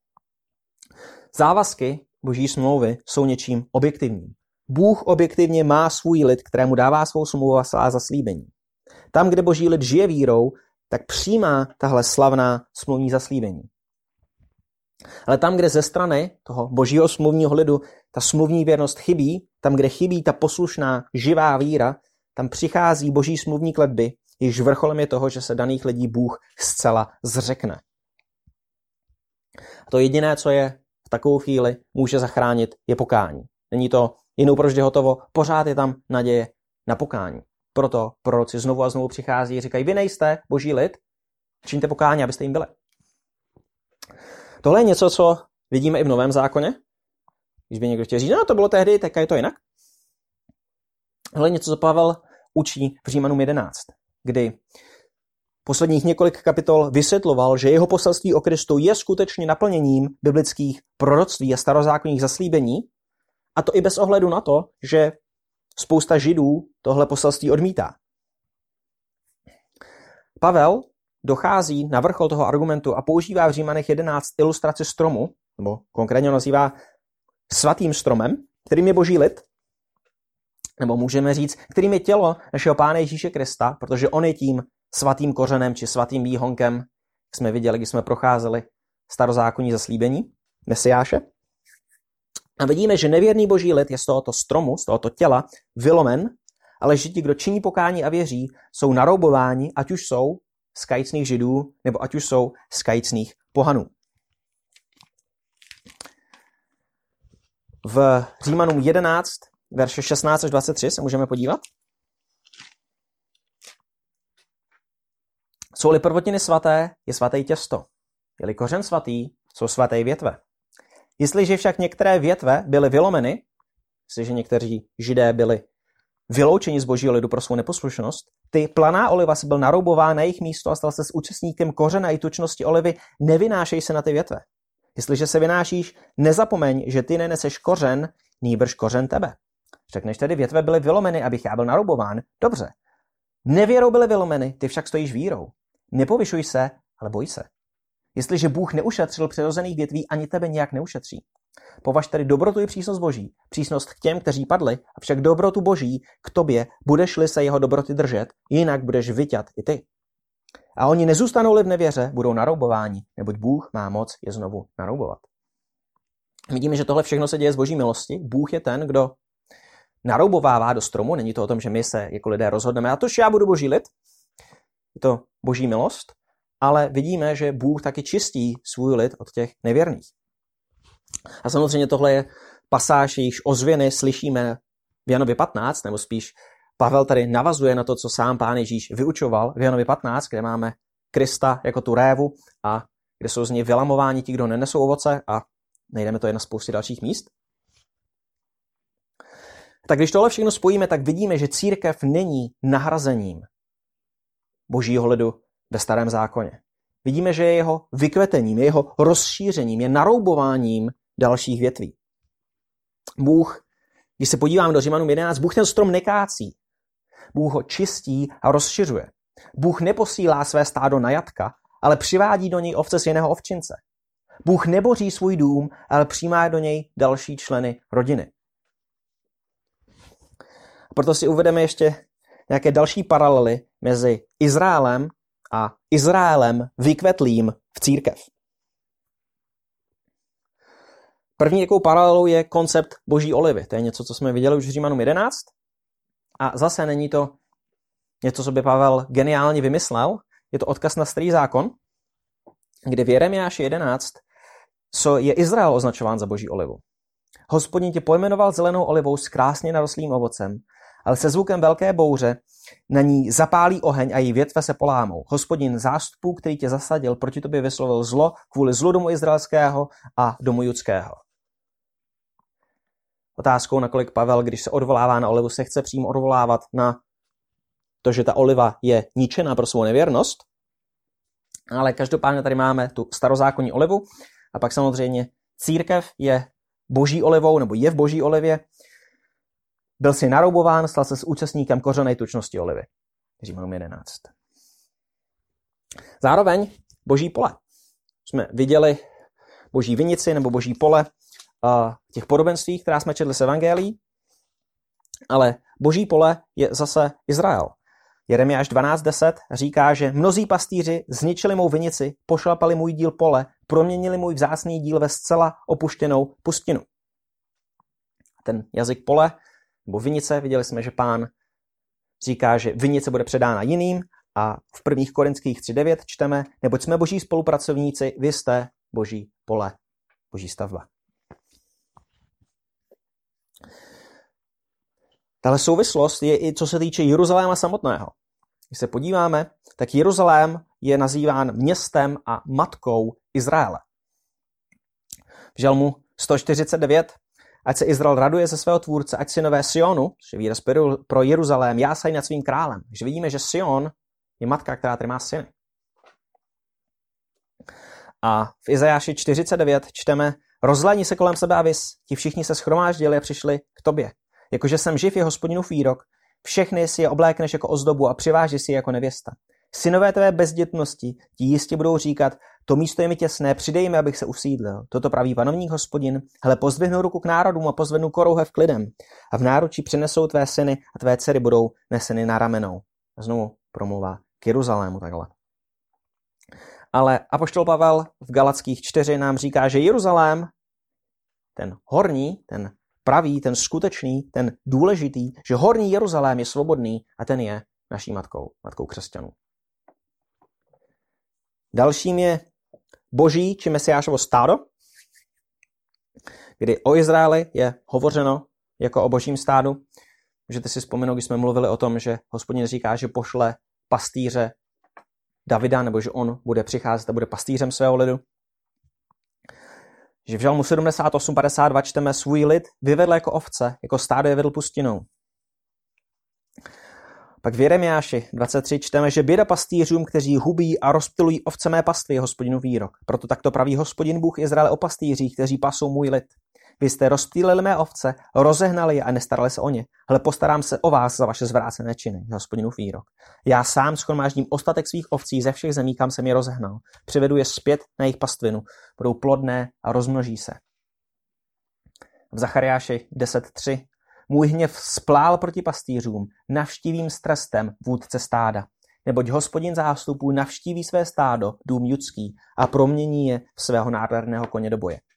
Závazky boží smlouvy jsou něčím objektivním. Bůh objektivně má svůj lid, kterému dává svou smlouvu a svá zaslíbení. Tam, kde boží lid žije vírou, tak přijímá tahle slavná smluvní zaslíbení. Ale tam, kde ze strany toho božího smluvního lidu ta smluvní věrnost chybí, tam, kde chybí ta poslušná, živá víra, tam přichází boží smluvní kletby, jež vrcholem je toho, že se daných lidí Bůh zcela zřekne. A to jediné, co je v takovou chvíli může zachránit, je pokání. Není to jinou proždy hotovo, pořád je tam naděje na pokání. Proto proroci znovu a znovu přichází a říkají, vy nejste boží lid, čiňte pokání, abyste jim byli. Tohle je něco, co vidíme i v Novém zákoně. Když by někdo chtěl říct, no to bylo tehdy, tak je to jinak. Tohle je něco, co Pavel učí v Římanům jedenáct, kdy posledních několik kapitol vysvětloval, že jeho poselství o Kristu je skutečně naplněním biblických proroctví a starozákonních zaslíbení, a to i bez ohledu na to, že spousta Židů tohle poselství odmítá. Pavel dochází na vrchol toho argumentu a používá v Římanech jedenáct ilustraci stromu, nebo konkrétně nazývá svatým stromem, kterým je boží lid, nebo můžeme říct, kterým je tělo našeho Pána Ježíše Krista, protože on je tím svatým kořenem či svatým výhonkem, jak jsme viděli, když jsme procházeli starozákonní zaslíbení Mesiáše. A vidíme, že nevěrný boží lid je z tohoto stromu, z tohoto těla vylomen, ale že ti, kdo činí pokání a věří, jsou naroubováni, ať už jsou z kajícných Židů, nebo ať už jsou z kajícných pohanů. V Římanům jedenáct, verše šestnáct až dvacet tři se můžeme podívat. Jsou-li prvotiny svaté, je svaté těsto. Je-li kořen svatý, jsou svaté větve. Jestliže však některé větve byly vylomeny, jestliže někteří Židé byli vyloučeni z božího lidu pro svou neposlušnost, ty planá oliva si byl naroubován na jejich místo a stal se s účastníkem kořena i tučnosti olivy, nevynášej se na ty větve. Jestliže se vynášíš, nezapomeň, že ty neneseš kořen, nýbrž kořen tebe. Řekneš tedy, větve byly vylomeny, abych já byl naroubován. Dobře. Nevěrou byly vylomeny, ty však stojíš vírou. Nepovyšuj se, ale boj se. Jestliže Bůh neušetřil přirozených větví, ani tebe nějak neušetří. Považ tedy dobrotu i přísnost boží, přísnost k těm, kteří padli, avšak dobrotu boží k tobě, budeš-li se jeho dobroty držet, jinak budeš vyťat i ty. A oni nezůstanou-li v nevěře, budou naroubováni, neboť Bůh má moc je znovu naroubovat. Vidíme, že tohle všechno se děje z boží milosti. Bůh je ten, kdo naroubovává do stromu. Není to o tom, že my se jako lidé rozhodneme, a tož já budu boží lid. Je to boží milost, ale vidíme, že Bůh taky čistí svůj lid od těch nevěrných. A samozřejmě tohle je pasáž, jejíž ozvěny slyšíme v Janově patnáct, nebo spíš Pavel tady navazuje na to, co sám Pán Ježíš vyučoval v Janově patnáct, kde máme Krista jako tu révu a kde jsou z něj vylamováni ti, kdo nenesou ovoce, a najdeme to i na spoustě dalších míst. Tak když tohle všechno spojíme, tak vidíme, že církev není nahrazením božího lidu ve starém zákoně. Vidíme, že je jeho vykvetením, je jeho rozšířením, je naroubováním dalších větví. Bůh, když se podíváme do Římanům jedenáct, Bůh ten strom nekácí. Bůh ho čistí a rozšiřuje. Bůh neposílá své stádo na jatka, ale přivádí do něj ovce z jiného ovčince. Bůh neboří svůj dům, ale přijímá do něj další členy rodiny. Proto si uvedeme ještě nějaké další paralely mezi Izraelem a Izraelem vykvetlým v církev. První jakou paralelou je koncept boží olivy. To je něco, co jsme viděli už v Římanům jedenáct. A zase není to něco, co by Pavel geniálně vymyslel. Je to odkaz na starý zákon, kde v Jeremiáši jedenáct co je Izrael označován za boží olivu. Hospodin tě pojmenoval zelenou olivou s krásně narostlým ovocem, ale se zvukem velké bouře na ní zapálí oheň a její větve se polámou. Hospodin zástupů, který tě zasadil, proti tobě vyslovil zlo kvůli zlu domu izraelského a domu judského. Otázkou, nakolik Pavel, když se odvolává na olivu, se chce přímo odvolávat na to, že ta oliva je ničená pro svou nevěrnost, ale každopádně tady máme tu starozákonní olivu a pak samozřejmě církev je boží olivou, nebo je v boží olivě. Byl si naroubován, stal se s účastníkem kořené tučnosti olivy. Římanům jedenáct. Zároveň boží pole. Jsme viděli boží vinici nebo boží pole v těch podobenstvích, která jsme četli z evangelií, ale boží pole je zase Izrael. Jeremiáš dvanáct deset říká, že mnozí pastýři zničili mou vinici, pošlapali můj díl pole, proměnili můj vzácný díl ve zcela opuštěnou pustinu. Ten jazyk pole nebo vinice, viděli jsme, že Pán říká, že vinice bude předána jiným a v prvních Korinských tři devět čteme, neboť jsme boží spolupracovníci, vy jste boží pole, boží stavba. Tahle souvislost je i co se týče Jeruzaléma samotného. Když se podíváme, tak Jeruzalém je nazýván městem a matkou Izraele. V Žalmu sto čtyřicet devět ať se Izrael raduje ze svého tvůrce, ať synové Sionu, což je výraz pro Jeruzalém, jásají nad svým králem. Takže vidíme, že Sion je matka, která tady má syny. A v Izajáši čtyřicet devět čteme, rozhlédni se kolem sebe a vys, ti všichni se shromáždili a přišli k tobě. Jakože jsem živ je Hospodinův výrok, všechny si je oblékneš jako ozdobu a přiváží si je jako nevěsta. Synové tvé bezdětnosti ti jistě budou říkat, to místo je mi těsné, přidej mi, abych se usídlil. Toto praví panovník Hospodin, hele, pozdvihnu ruku k národům a pozvednu korouhev klidem. A v náručí přinesou tvé syny a tvé dcery budou neseny na ramenou. A znovu promluvá k Jeruzalému takhle. Ale apoštol Pavel v Galackých čtyři nám říká, že Jeruzalém, ten horní, ten pravý, ten skutečný, ten důležitý, že horní Jeruzalém je svobodný a ten je naší matkou, matkou křesťanů. Dalším je boží či mesiášovo stádo, kdy o Izraeli je hovořeno jako o božím stádu. Můžete si vzpomenout, když jsme mluvili o tom, že Hospodin říká, že pošle pastýře Davida, nebo že on bude přicházet a bude pastýřem svého lidu. Že v Žalmu sedmdesát osm padesát dva čteme, svůj lid vyvedl jako ovce, jako stádo je vedl pustinou. Pak v Jeremiáši dvacet tři čteme, že běda pastýřům, kteří hubí a rozptylují ovce mé pastvy, je Hospodinův výrok. Proto takto praví Hospodin Bůh Izraele o pastýřích, kteří pasou můj lid. Vy jste rozptýlili mé ovce, rozehnali je a nestarali se o ně. Hle, postarám se o vás za vaše zvrácené činy, je Hospodinův výrok. Já sám shromáždím ostatek svých ovcí ze všech zemí, kam jsem je rozehnal. Přivedu je zpět na jejich pastvinu, budou plodné a rozmnoží se. V Zachariáši deset tři můj hněv splál proti pastýřům, navštívím s trestem vůdce stáda. Neboť Hospodin zástupů navštíví své stádo, dům judský, a promění je v svého nádherného koně do boje.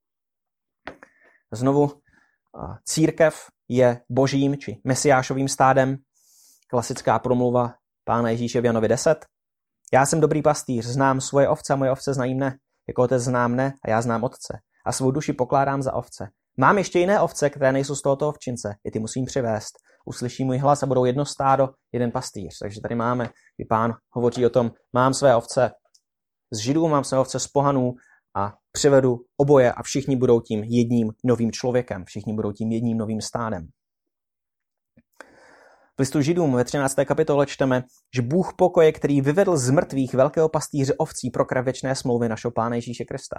Znovu, církev je božím či mesiášovým stádem. Klasická promluva Pána Ježíše v Janovi deset. Já jsem dobrý pastýř, znám svoje ovce a moje ovce znají mne. Jako otec znám mne a já znám otce. A svou duši pokládám za ovce. Mám ještě jiné ovce, které nejsou z tohoto ovčince. I ty musím přivést. Uslyší můj hlas a budou jedno stádo, jeden pastýř. Takže tady máme, kdy Pán hovoří o tom, mám své ovce z Židů, mám své ovce z pohanů a přivedu oboje a všichni budou tím jedním novým člověkem. Všichni budou tím jedním novým stádem. V listu Židům ve třinácté kapitole čteme, že Bůh pokoje, který vyvedl z mrtvých velkého pastýře ovcí pro krev věčné smlouvy našeho Pána Ježíše Krista.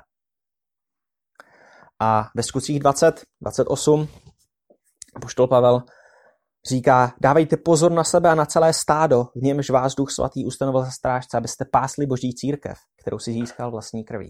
A ve Skutcích dvacet, dvacet osm apoštol Pavel říká, dávejte pozor na sebe a na celé stádo, v němž vás Duch Svatý ustanovil za strážce, abyste pásli Boží církev, kterou si získal vlastní krví.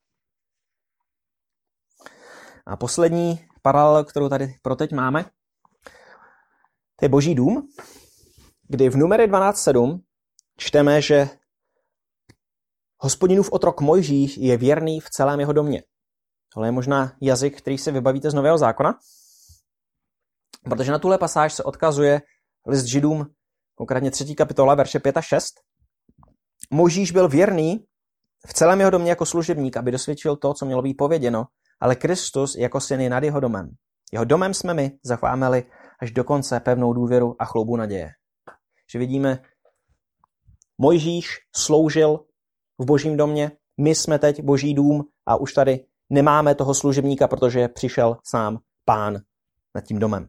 A poslední paralel, kterou tady pro teď máme, to je Boží dům, kdy v Numery dvanáct sedm čteme, že Hospodinův otrok Mojžíš je věrný v celém jeho domě. Tohle je možná jazyk, který si vybavíte z Nového zákona, protože na tuhle pasáž se odkazuje list Židům, konkrétně třetí kapitola, verše pět a šest. Mojžíš byl věrný v celém jeho domě jako služebník, aby dosvědčil to, co mělo být pověděno, ale Kristus jako syn je nad jeho domem. Jeho domem jsme my zachováme až do konce pevnou důvěru a chloubu naděje. Že vidíme, Mojžíš sloužil v Božím domě, my jsme teď Boží dům a už tady nemáme toho služebníka, protože přišel sám Pán nad tím domem.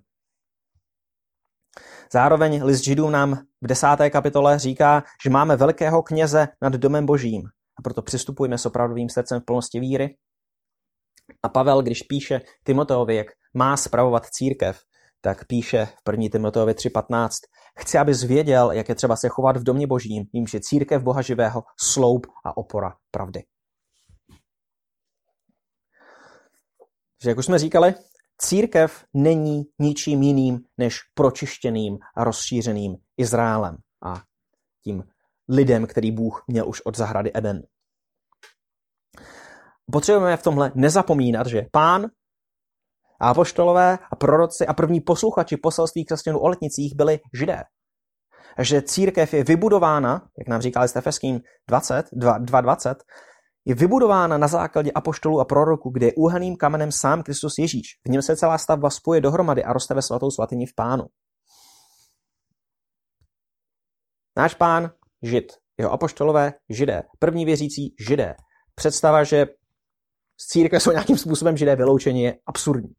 Zároveň list Židům nám v desáté kapitole říká, že máme velkého kněze nad domem Božím a proto přistupujeme s opravdovým srdcem v plnosti víry. A Pavel, když píše Timoteovi, jak má spravovat církev, tak píše v první Timoteovi tři patnáct. Chci, abys věděl, jak je třeba se chovat v domě Božím, jímž je církev Boha živého, sloup a opora pravdy. Že jak už jsme říkali, církev není ničím jiným než pročištěným a rozšířeným Izraelem a tím lidem, který Bůh měl už od zahrady Eden. Potřebujeme v tomhle nezapomínat, že Pán a apoštolové a proroci a první posluchači poselství křesťanů o letnicích byli Židé. A že církev je vybudována, jak nám říkali s Efeským dvacet, dva dvacet, je vybudována na základě apoštolů a proroků, kde je úhelným kamenem sám Kristus Ježíš. V něm se celá stavba spoje dohromady a roste ve svatou svatyni v Pánu. Náš Pán Žid, jeho apoštolové Židé, první věřící Židé. Představa, že z církve jsou nějakým způsobem Židé vyloučeni, je absurdní.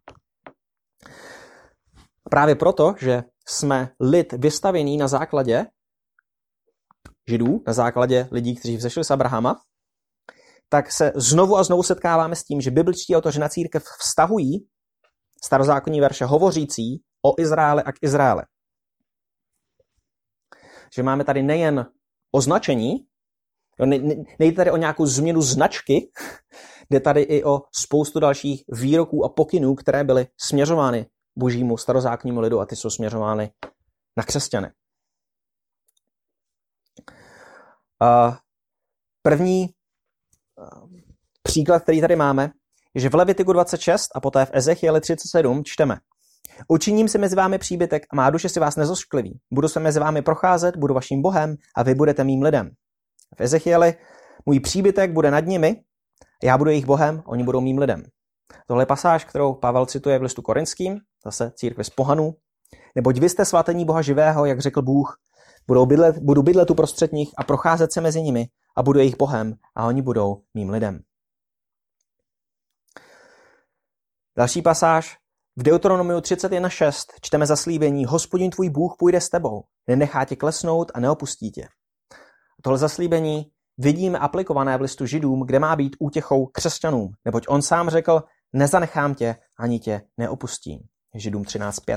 Právě proto, že jsme lid vystavený na základě Židů, na základě lidí, kteří vzešli z Abrahama, tak se znovu a znovu setkáváme s tím, že bibličtí autoři na církev vztahují starozákonní verše hovořící o Izraeli a k Izraeli. Že máme tady nejen označení, nejde tady o nějakou změnu značky, jde tady i o spoustu dalších výroků a pokynů, které byly směřovány božímu starozákonnímu lidu a ty jsou směřovány na křesťany. První příklad, který tady máme, je, že v Levitiku dvacet šest a poté v Ezechieli třicet sedm čteme. Učiním si mezi vámi příbytek a má duše si vás nezoškliví. Budu se mezi vámi procházet, budu vaším Bohem a vy budete mým lidem. V Ezechieli můj příbytek bude nad nimi, já budu jejich Bohem, oni budou mým lidem. Tohle je pasáž, kterou Pavel cituje v listu Korinským, zase církve z pohanů. Neboť vy jste svatení Boha živého, jak řekl Bůh, budou bydlet, budu bydlet uprostřed nich a procházet se mezi nimi a budu jejich Bohem a oni budou mým lidem. Další pasáž. V Deuteronomiu třicet jedna šest čteme zaslíbení Hospodin tvůj Bůh půjde s tebou, nenechá tě klesnout a neopustí tě. Tohle zaslíbení vidíme aplikované v listu Židům, kde má být útěchou křesťanům, neboť on sám řekl, nezanechám tě, ani tě neopustím. Židům třináct pět.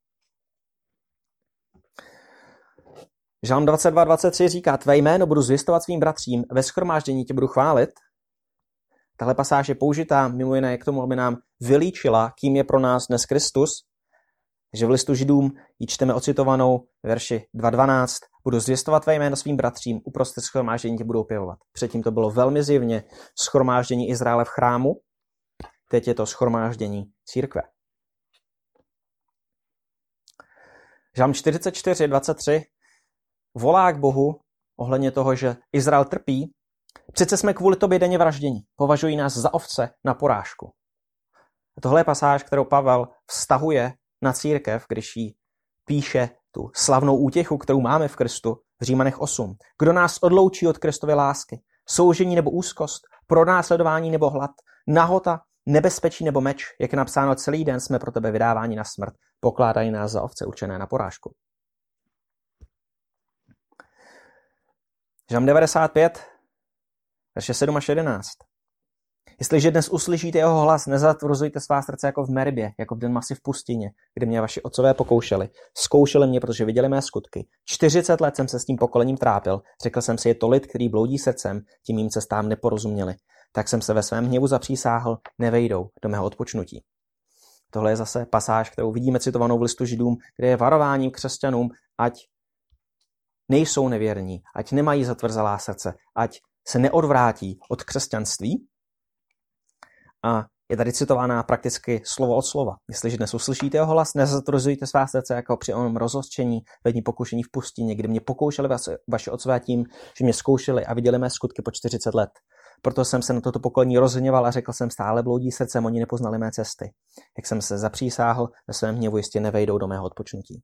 Žalm dvacet dva dvacet tři říká, tvé jméno budu zvěstovat svým bratřím, ve shromáždění tě budu chválit. Tahle pasáž je použitá mimo jiné k tomu, aby nám vylíčila, kým je pro nás dnes Kristus. Takže v listu Židům ji čteme ocitovanou verši dva dvanáct. Budu zvěstovat tvé jméno svým bratřím, uprostřed shromáždění tě budou opěvovat. Předtím to bylo velmi zjevně shromáždění Izraele v chrámu, teď je to shromáždění církve. Žalm čtyřicet čtyři dvacet tři volá k Bohu ohledně toho, že Izrael trpí. Přece jsme kvůli tobě denně vražděni. Považují nás za ovce na porážku. A tohle je pasáž, kterou Pavel vztahuje na církev, když jí píše tu slavnou útěchu, kterou máme v Kristu v Římanech osm. Kdo nás odloučí od Kristovy lásky? Soužení nebo úzkost? Pronásledování nebo hlad? Nahota, nebezpečí nebo meč? Jak je napsáno, celý den jsme pro tebe vydáváni na smrt. Pokládají nás za ovce určené na porážku. Žalm devadesát pět, verše sedm až jedenáct. Jestliže dnes uslyšíte jeho hlas, nezatvrzujte svá srdce jako v Meribě, jako v den masy v pustině, kde mě vaši otcové pokoušeli. Zkoušeli mě, protože viděli mé skutky. čtyřicet let jsem se s tím pokolením trápil. Řekl jsem si, je to lid, který bloudí srdcem, tím jim cestám neporozuměli. Tak jsem se ve svém hněvu zapřísáhl, nevejdou do mého odpočnutí. Tohle je zase pasáž, kterou vidíme citovanou v listu Židům, kde je varováním křesťanům, ať nejsou nevěrní, ať nemají zatvrzalá srdce, ať se neodvrátí od křesťanství. A je tady citovaná prakticky slovo od slova. Jestliže dnes uslyšíte jeho hlas, nezatvrzujte svá srdce jako při onom rozhořčení, ve dní pokušení v pustině, kdy mě pokoušeli vás, vaši otcové tím, že mě zkoušeli a viděli mé skutky po čtyřicet let. Proto jsem se na toto pokolení rozhněval a řekl jsem, stále bloudí srdcem, oni nepoznali mé cesty. Jak jsem se zapřísáhl, ve svém hněvu jistě nevejdou do mého odpočnutí.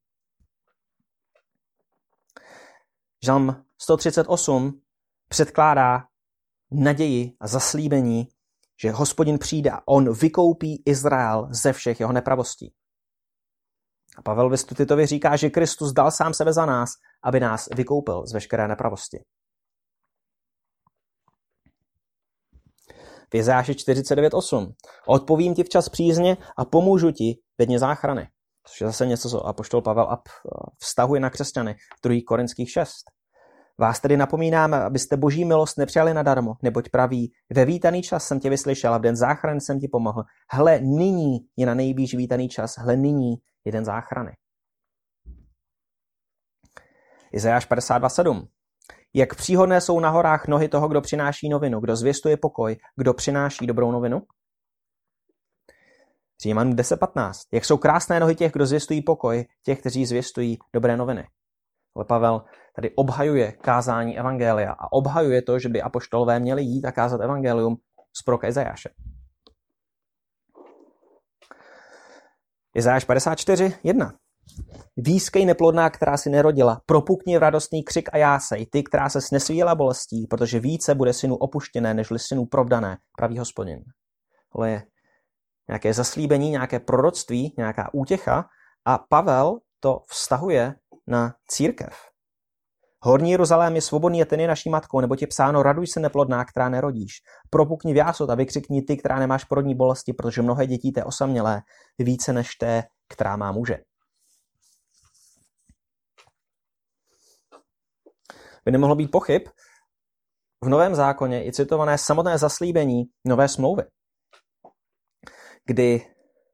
Žalm sto třicet osm předkládá naději a zaslíbení, že Hospodin přijde a on vykoupí Izrael ze všech jeho nepravostí. A Pavel ve stu Titovi říká, že Kristus dal sám sebe za nás, aby nás vykoupil z veškeré nepravosti. V Izajáši čtyřicet devět osm. Odpovím ti včas přízně a pomůžu ti ve dně záchrany. Což je zase něco, co apoštol Pavel vztahuje na křesťany v druhých Korinských šest. Vás tedy napomínáme, abyste boží milost nepřijali nadarmo, neboť praví, ve vítaný čas jsem tě vyslyšel a v den záchrany jsem ti pomohl. Hle, nyní je na nejblíž vítaný čas, hle, nyní je den záchrany. Izajáš padesát dva sedm. Jak příhodné jsou na horách nohy toho, kdo přináší novinu, kdo zvěstuje pokoj, kdo přináší dobrou novinu? Římanům deset patnáct. Jak jsou krásné nohy těch, kdo zvěstují pokoj, těch, kteří zvěstují dobré noviny. Ale Pavel tady obhajuje kázání evangelia a obhajuje to, že by apoštolové měli jít a kázat evangelium z proroka Izajáše. Izajáš padesát čtyři jedna. Výskej neplodná, která si nerodila, propukni v radostný křik a jásej, ty, která se snesvíjela bolestí, protože více bude synů opuštěné, nežli synů provdané, pravý Hospodin. Tohle je nějaké zaslíbení, nějaké proroctví, nějaká útěcha a Pavel to vztahuje na církev. Horní Jeruzalém je svobodný a ten je naší matkou, nebo ti psáno, raduj se neplodná, která nerodíš. Propukni v jásot a vykřikni ty, která nemáš porodní bolesti, protože mnohé dětí té osamělé více než té, která má muže. By nemohlo být pochyb, v Novém zákoně je citované samotné zaslíbení nové smlouvy, kdy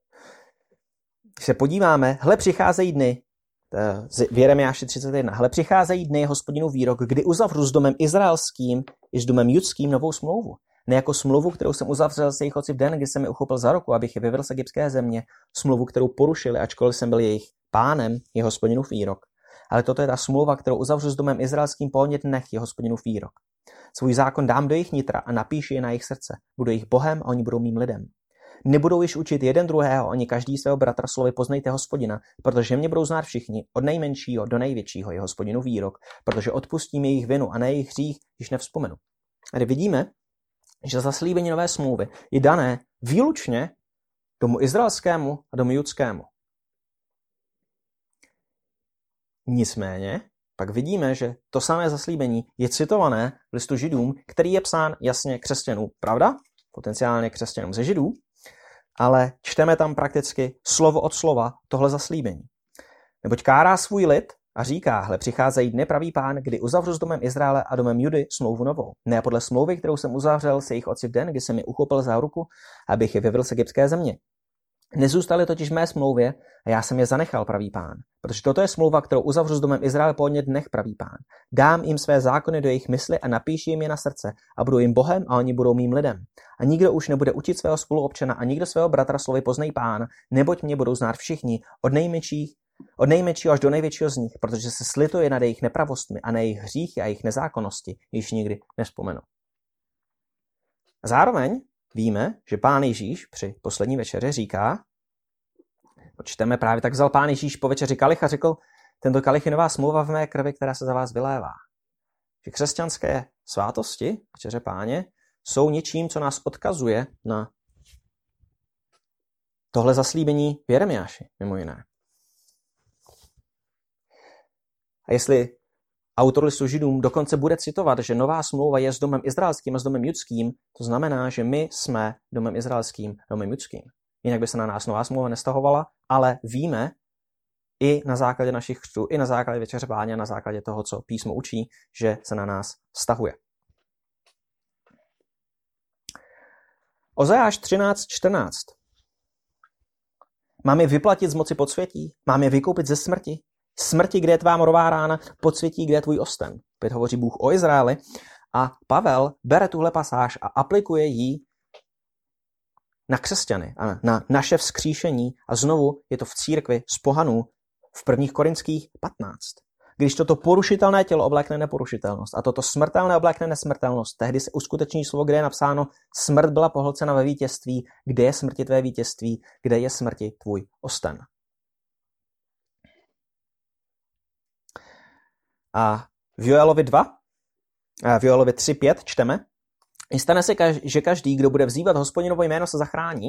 se podíváme, hle přicházejí dny, v Jeremiáši třicet jedna, hle přicházejí dny Hospodinův výrok, kdy uzavřu s domem izraelským i s domem judským novou smlouvu. Ne jako smlouvu, kterou jsem uzavřel se jejich otci v den, kdy jsem je uchopil za ruku, abych je vyvedl z egyptské země, smlouvu, kterou porušili, ačkoliv jsem byl jejich pánem, je Hospodinův výrok. Ale toto je ta smlouva, kterou uzavřu s domem izraelským po něch dnech, je Hospodinův výrok. Svůj zákon dám do jejich nitra a napíši je na jejich srdce. Budu jejich Bohem a oni budou mým lidem. Nebudou již učit jeden druhého, ani každý svého bratra slovy poznejte Hospodina, protože mě budou znát všichni, od nejmenšího do největšího je Hospodinův výrok, protože odpustím jejich vinu a na jejich hřích již nevzpomenu. Tady vidíme, že zaslíbení nové smlouvy je dané výlučně domu izraelskému a domu judskému. Nicméně pak vidíme, že to samé zaslíbení je citované v listu Židům, který je psán jasně křesťanům, pravda? Potenciálně křesťanům ze Židů, ale čteme tam prakticky slovo od slova tohle zaslíbení. Neboť kárá svůj lid a říká, hle, přicházejí dny, pravý pán, kdy uzavřu s domem Izraele a domem Judy smlouvu novou. Ne podle smlouvy, kterou jsem uzavřel se jejich otci v den, kdy jsem je uchopil za ruku, abych je vyvedl z egyptské země. Nezůstaly totiž v mé smlouvě a já jsem je zanechal, pravý pán. Protože toto je smlouva, kterou uzavřu s domem Izraele po něch dnech, pravý pán. Dám jim své zákony do jejich mysli a napíši jim je na srdce a budu jim Bohem a oni budou mým lidem. A nikdo už nebude učit svého spoluobčana a nikdo svého bratra slovy poznej pán, neboť mě budou znát všichni, od nejmenších, od nejmenšího až do největšího z nich, protože se slituje nad jejich nepravostmi a na jejich hříchy a jejich nezákonnosti, již nikdy nevzpomenu. A zároveň víme, že pán Ježíš při poslední večeři říká, čteme právě tak, vzal pán Ježíš po večeři kalich a řekl, tento kalich je nová smlouva v mé krvi, která se za vás vylévá. Že křesťanské svátosti, večeře páně, jsou něčím, co nás odkazuje na tohle zaslíbení v Jeremiáši, mimo jiné. A jestli autor listu Židům dokonce bude citovat, že nová smlouva je s domem izraelským a s domem judským, to znamená, že my jsme domem izraelským, domem judským. Jinak by se na nás nová smlouva nestahovala, ale víme i na základě našich křtů, i na základě večeře Páně, na základě toho, co písmo učí, že se na nás vztahuje. Ozeáš třináct čtrnáct. Mám je vyplatit z moci podsvětí? Mám je vykoupit ze smrti? Smrti, kde je tvá morová rána, podsvětí, kde je tvůj osten. Opět hovoří Bůh o Izraeli a Pavel bere tuhle pasáž a aplikuje ji na křesťany a na naše vzkříšení a znovu je to v církvi z pohanů v prvních Korinských patnáct. Když toto porušitelné tělo oblékne neporušitelnost a toto smrtelné oblékne nesmrtelnost, tehdy se uskuteční slovo, kde je napsáno smrt byla pohlcena ve vítězství, kde je smrti tvé vítězství, kde je smrti tvůj osten. A v Joelovi dva, a v Joelovi tři pět čteme, stane se, že každý, kdo bude vzývat Hospodinovo jméno, se zachrání.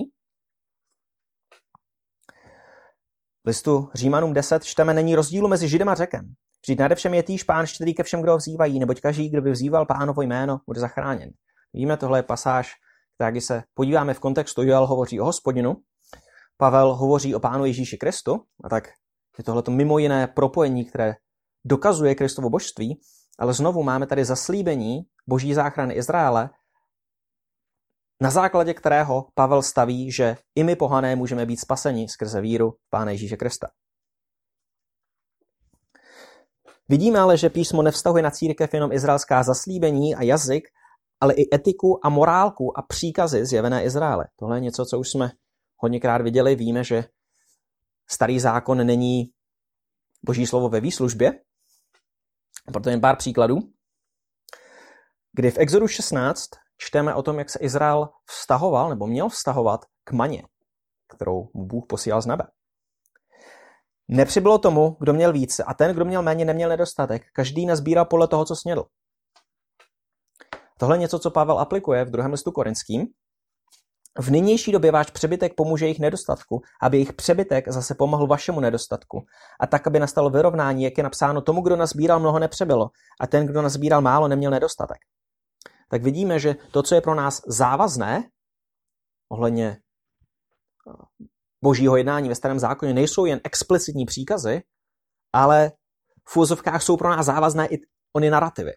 V listu Římanům deset čteme, není rozdílu mezi Židem a Řekem. Vždyť nade všem je týž Pán štědrý ke všem, kdo ho vzývají, neboť každý, kdo by vzýval Pánovo jméno, bude zachráněn. Víme, tohle je pasáž, která, když se podíváme v kontextu, Joel hovoří o Hospodinu, Pavel hovoří o Pánu Ježíši Kristu, a tak je tohleto mimo jiné propojení, které dokazuje Kristovo božství, ale znovu máme tady zaslíbení boží záchrany Izraele, na základě kterého Pavel staví, že i my pohané můžeme být spaseni skrze víru Pána Ježíše Krista. Vidíme ale, že písmo nevztahuje na církev jenom izraelská zaslíbení a jazyk, ale i etiku a morálku a příkazy zjevené Izraele. Tohle je něco, co už jsme hodněkrát viděli. Víme, že starý zákon není boží slovo ve výslužbě. Proto jen pár příkladů, kdy v Exodu šestnáct čteme o tom, jak se Izrael vztahoval nebo měl vztahovat k maně, kterou mu Bůh posílal z nebe. Nepřibylo tomu, kdo měl více, a ten, kdo měl méně, neměl nedostatek. Každý nazbíral podle toho, co snědl. Tohle je něco, co Pavel aplikuje v druhém listu Korinským. V nynější době váš přebytek pomůže jejich nedostatku, aby jejich přebytek zase pomohl vašemu nedostatku. A tak, aby nastalo vyrovnání, jak je napsáno, tomu, kdo nazbíral mnoho, nepřebylo, a ten, kdo nazbíral málo, neměl nedostatek. Tak vidíme, že to, co je pro nás závazné, ohledně božího jednání ve starém zákoně, nejsou jen explicitní příkazy, ale v úvozovkách jsou pro nás závazné i ony narrativy.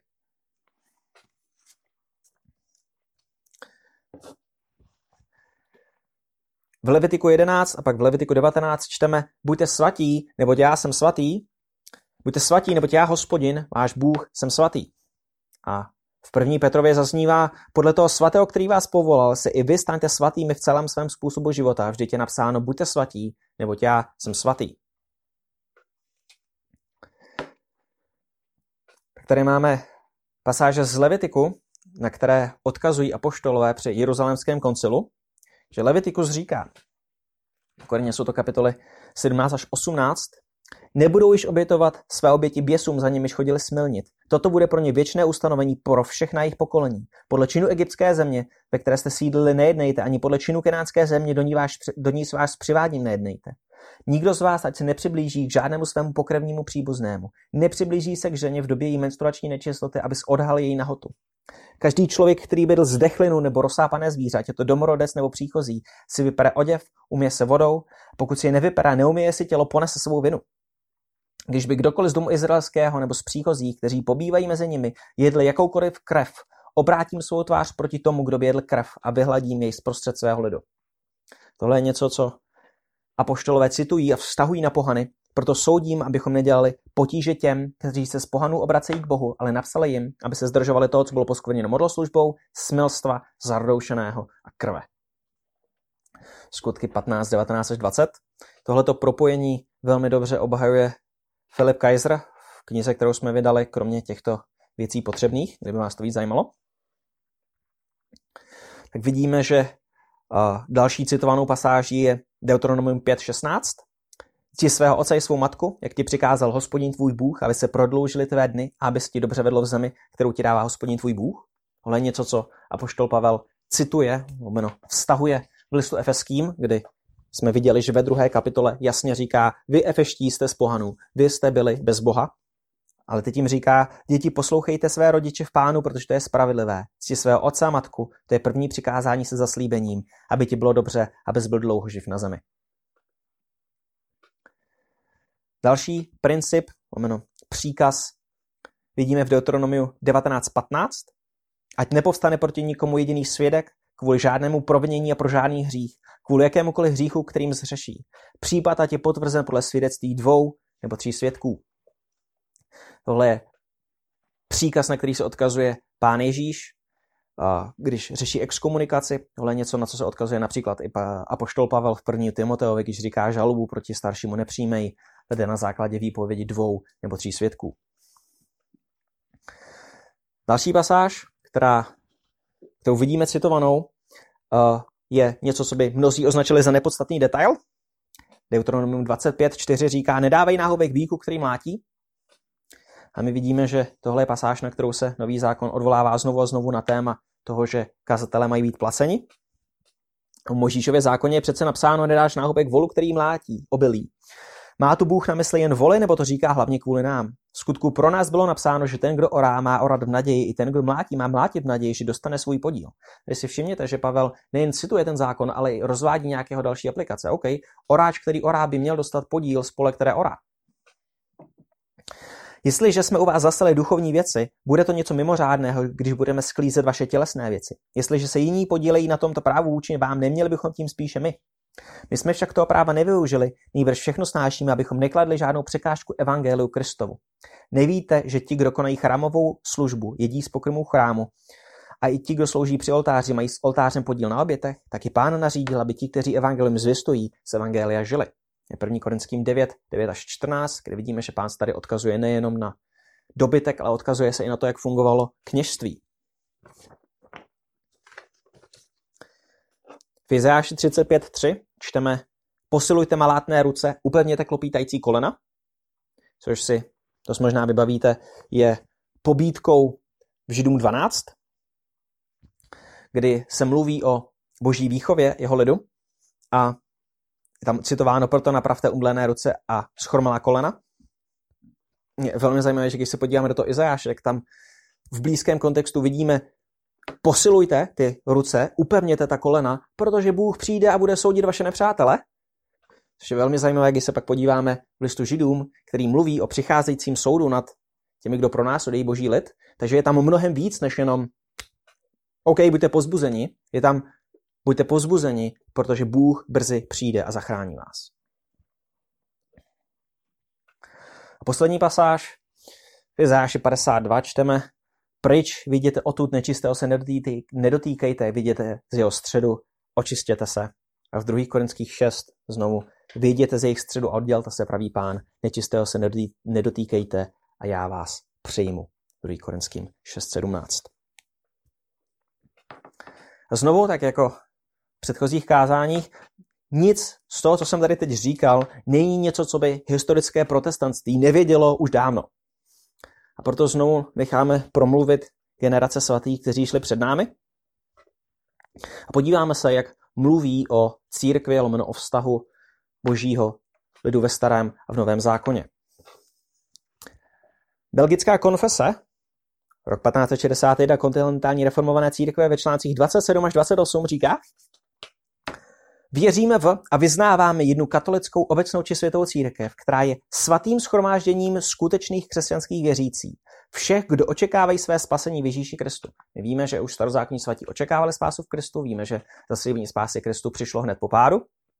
V Levitiku jedenáct a pak v Levitiku devatenáct čteme, buďte svatí, neboť já jsem svatý, buďte svatí, neboť já, Hospodin, váš Bůh, jsem svatý. A v první Petrově zaznívá, podle toho svatého, který vás povolal, se i vy staňte svatými v celém svém způsobu života. Vždyť je napsáno, buďte svatí, neboť já jsem svatý. Tak tady máme pasáže z Levitiku, na které odkazují apoštolové při Jeruzalémském koncilu, že Levitikus říká, konkrétně jsou to kapitoly sedmnáct až osmnáct, nebudou již obětovat své oběti běsům, za nimiž chodili smilnit. Toto bude pro ně věčné ustanovení pro všechna jejich pokolení. Podle činu egyptské země, ve které jste sídlili, nejednejte, ani podle činu kenánské země, do ní, váš, do ní s vás přiváděním nejednejte. Nikdo z vás, ať se nepřiblíží k žádnému svému pokrevnímu příbuznému. Nepřiblíží se k ženě v době její menstruační nečistoty, aby odhalil její nahotu. Každý člověk, který bydl z dechlinu nebo rozsápané zvíře, ať je to domorodec nebo příchozí, si vypere oděv, umije se vodou, pokud si je nevyperá, neumije si tělo, ponese svou vinu. Když by kdokoliv z domu izraelského nebo z příchozích, kteří pobývají mezi nimi, jedli jakoukoliv krev, obrátím svou tvář proti tomu, kdo by jedl krev a vyhladím jej zprostřed svého lidu. Tohle je něco, co apoštolové citují a vztahují na pohany, proto soudím, abychom nedělali potíže těm, kteří se z pohanů obracejí k Bohu, ale napsali jim, aby se zdržovali toho, co bylo poskvrněno modloslužbou, smilstva, zarodoušeného a krve. Skutky patnáct, devatenáct až dvacet. Tohleto propojení velmi dobře obhajuje Filip Kaiser v knize, kterou jsme vydali, kromě těchto věcí potřebných, kdyby vás to víc zajímalo. Tak vidíme, že uh, další citovanou pasáží je Deuteronomium pět šestnáct. Cti svého otce i svou matku, jak ti přikázal Hospodin tvůj Bůh, aby se prodloužily tvé dny a aby se ti dobře vedlo v zemi, kterou ti dává Hospodin tvůj Bůh. Tohle je něco, co apoštol Pavel cituje, nebo vztahuje v listu Efeským, kdy jsme viděli, že ve druhé kapitole jasně říká, vy Efeští jste z pohanů, vy jste byli bez Boha Ale teď jim říká, děti, poslouchejte své rodiče v Pánu, protože to je spravedlivé. Cti svého otce a matku, to je první přikázání se zaslíbením, aby ti bylo dobře, abys byl dlouho živ na zemi. Další princip, omeno, příkaz, vidíme v Deuteronomiu devatenáct patnáct. Ať nepovstane proti nikomu jediný svědek, kvůli žádnému provinění a pro žádný hřích, kvůli jakémukoliv hříchu, kterým zřeší. Případ ať je potvrzen podle svědectví dvou nebo tří svědků. Tohle je příkaz, na který se odkazuje Pán Ježíš, když řeší exkomunikaci. Tohle je něco, na co se odkazuje například i apoštol Pavel v první Timoteovi, když říká žalobu proti staršímu nepřijmej, tedy na základě výpovědi dvou nebo tří svědků. Další pasáž, která, kterou vidíme citovanou, je něco, co by mnozí označili za nepodstatný detail. Deuteronomium dvacet pět čtyři říká, nedávej náhubek býku, který mlátí. A my vidíme, že tohle je pasáž, na kterou se nový zákon odvolává znovu a znovu na téma toho, že kazatelé mají být placeni. V Mojžíšově zákoně je přece napsáno, nedáš náhubek volu, který mlátí, obilí. Má tu Bůh na mysli jen voli, nebo to říká hlavně kvůli nám? V skutku pro nás bylo napsáno, že ten, kdo orá, má orat v naději, i ten, kdo mlátí, má mlátit v naději, že dostane svůj podíl. Když si všimněte, že Pavel nejen cituje ten zákon, ale i rozvádí nějakého další aplikace. OK, oráč, který orá, by měl dostat podíl z pole, které orá. Jestliže jsme u vás zaseli duchovní věci, bude to něco mimořádného, když budeme sklízet vaše tělesné věci. Jestliže se jiní podílejí na tomto právu vůči vám, neměli bychom tím spíše my. My jsme však toho práva nevyužili, nýbrž všechno snášíme, abychom nekladli žádnou překážku evangeliu Kristovu. Nevíte, že ti, kdo konají chrámovou službu, jedí z pokrmů chrámu, a i ti, kdo slouží při oltáři, mají s oltářem podíl na obětech, tak i Pán nařídil, aby ti, kteří evangelium zvěstují, z evangelia žili. Je první Korinským devět, devět až čtrnáct, kde vidíme, že Pán tady odkazuje nejenom na dobytek, ale odkazuje se i na to, jak fungovalo kněžství. V Izajáši třicet pět tři čteme, posilujte malátné ruce, upevněte klopítající kolena, což si, to si možná vybavíte, je pobídkou v Židům dvanáct, kdy se mluví o boží výchově jeho lidu a je tam citováno, proto napravte umdlené ruce a schromlá kolena. Je velmi zajímavé, že když se podíváme do toho Izajáše, tak tam v blízkém kontextu vidíme, posilujte ty ruce, upevněte ta kolena, protože Bůh přijde a bude soudit vaše nepřátele. Což je velmi zajímavé, když se pak podíváme v listu Židům, který mluví o přicházejícím soudu nad těmi, kdo pronásledují boží lid. Takže je tam mnohem víc, než jenom OK, buďte pozbuzeni. Je tam buďte pozbuzeni, protože Bůh brzy přijde a zachrání vás. A poslední pasáž v Izajáši padesát dva čteme, pryč, viděte odtud nečistého se nedotýkejte, viděte z jeho středu, očistěte se. A v druhých Korinských šest znovu, viděte z jejich středu a oddělte se, pravý Pán, nečistého se nedotýkejte a já vás přijmu. druhý Korinským šest sedmnáct. A znovu, tak jako v předchozích kázáních, nic z toho, co jsem tady teď říkal, není něco, co by historické protestantství nevědělo už dávno. A proto znovu necháme promluvit generace svatých, kteří šli před námi. A podíváme se, jak mluví o církvi, lomeno o vztahu božího lidu ve starém a v novém zákoně. Belgická konfese, rok patnáct set šedesát jedna, kontinentální reformované církve ve článcích dvacet sedm až dvacet osm říká, věříme v a vyznáváme jednu katolickou obecnou či světovou církev, která je svatým shromážděním skutečných křesťanských věřících. Všech, kdo očekávají své spasení v Ježíši Kristu. My víme, že už starozákonní svatí očekávali spásu v Kristu, víme, že zaslíbení spásy Kristu přišlo hned po pádu.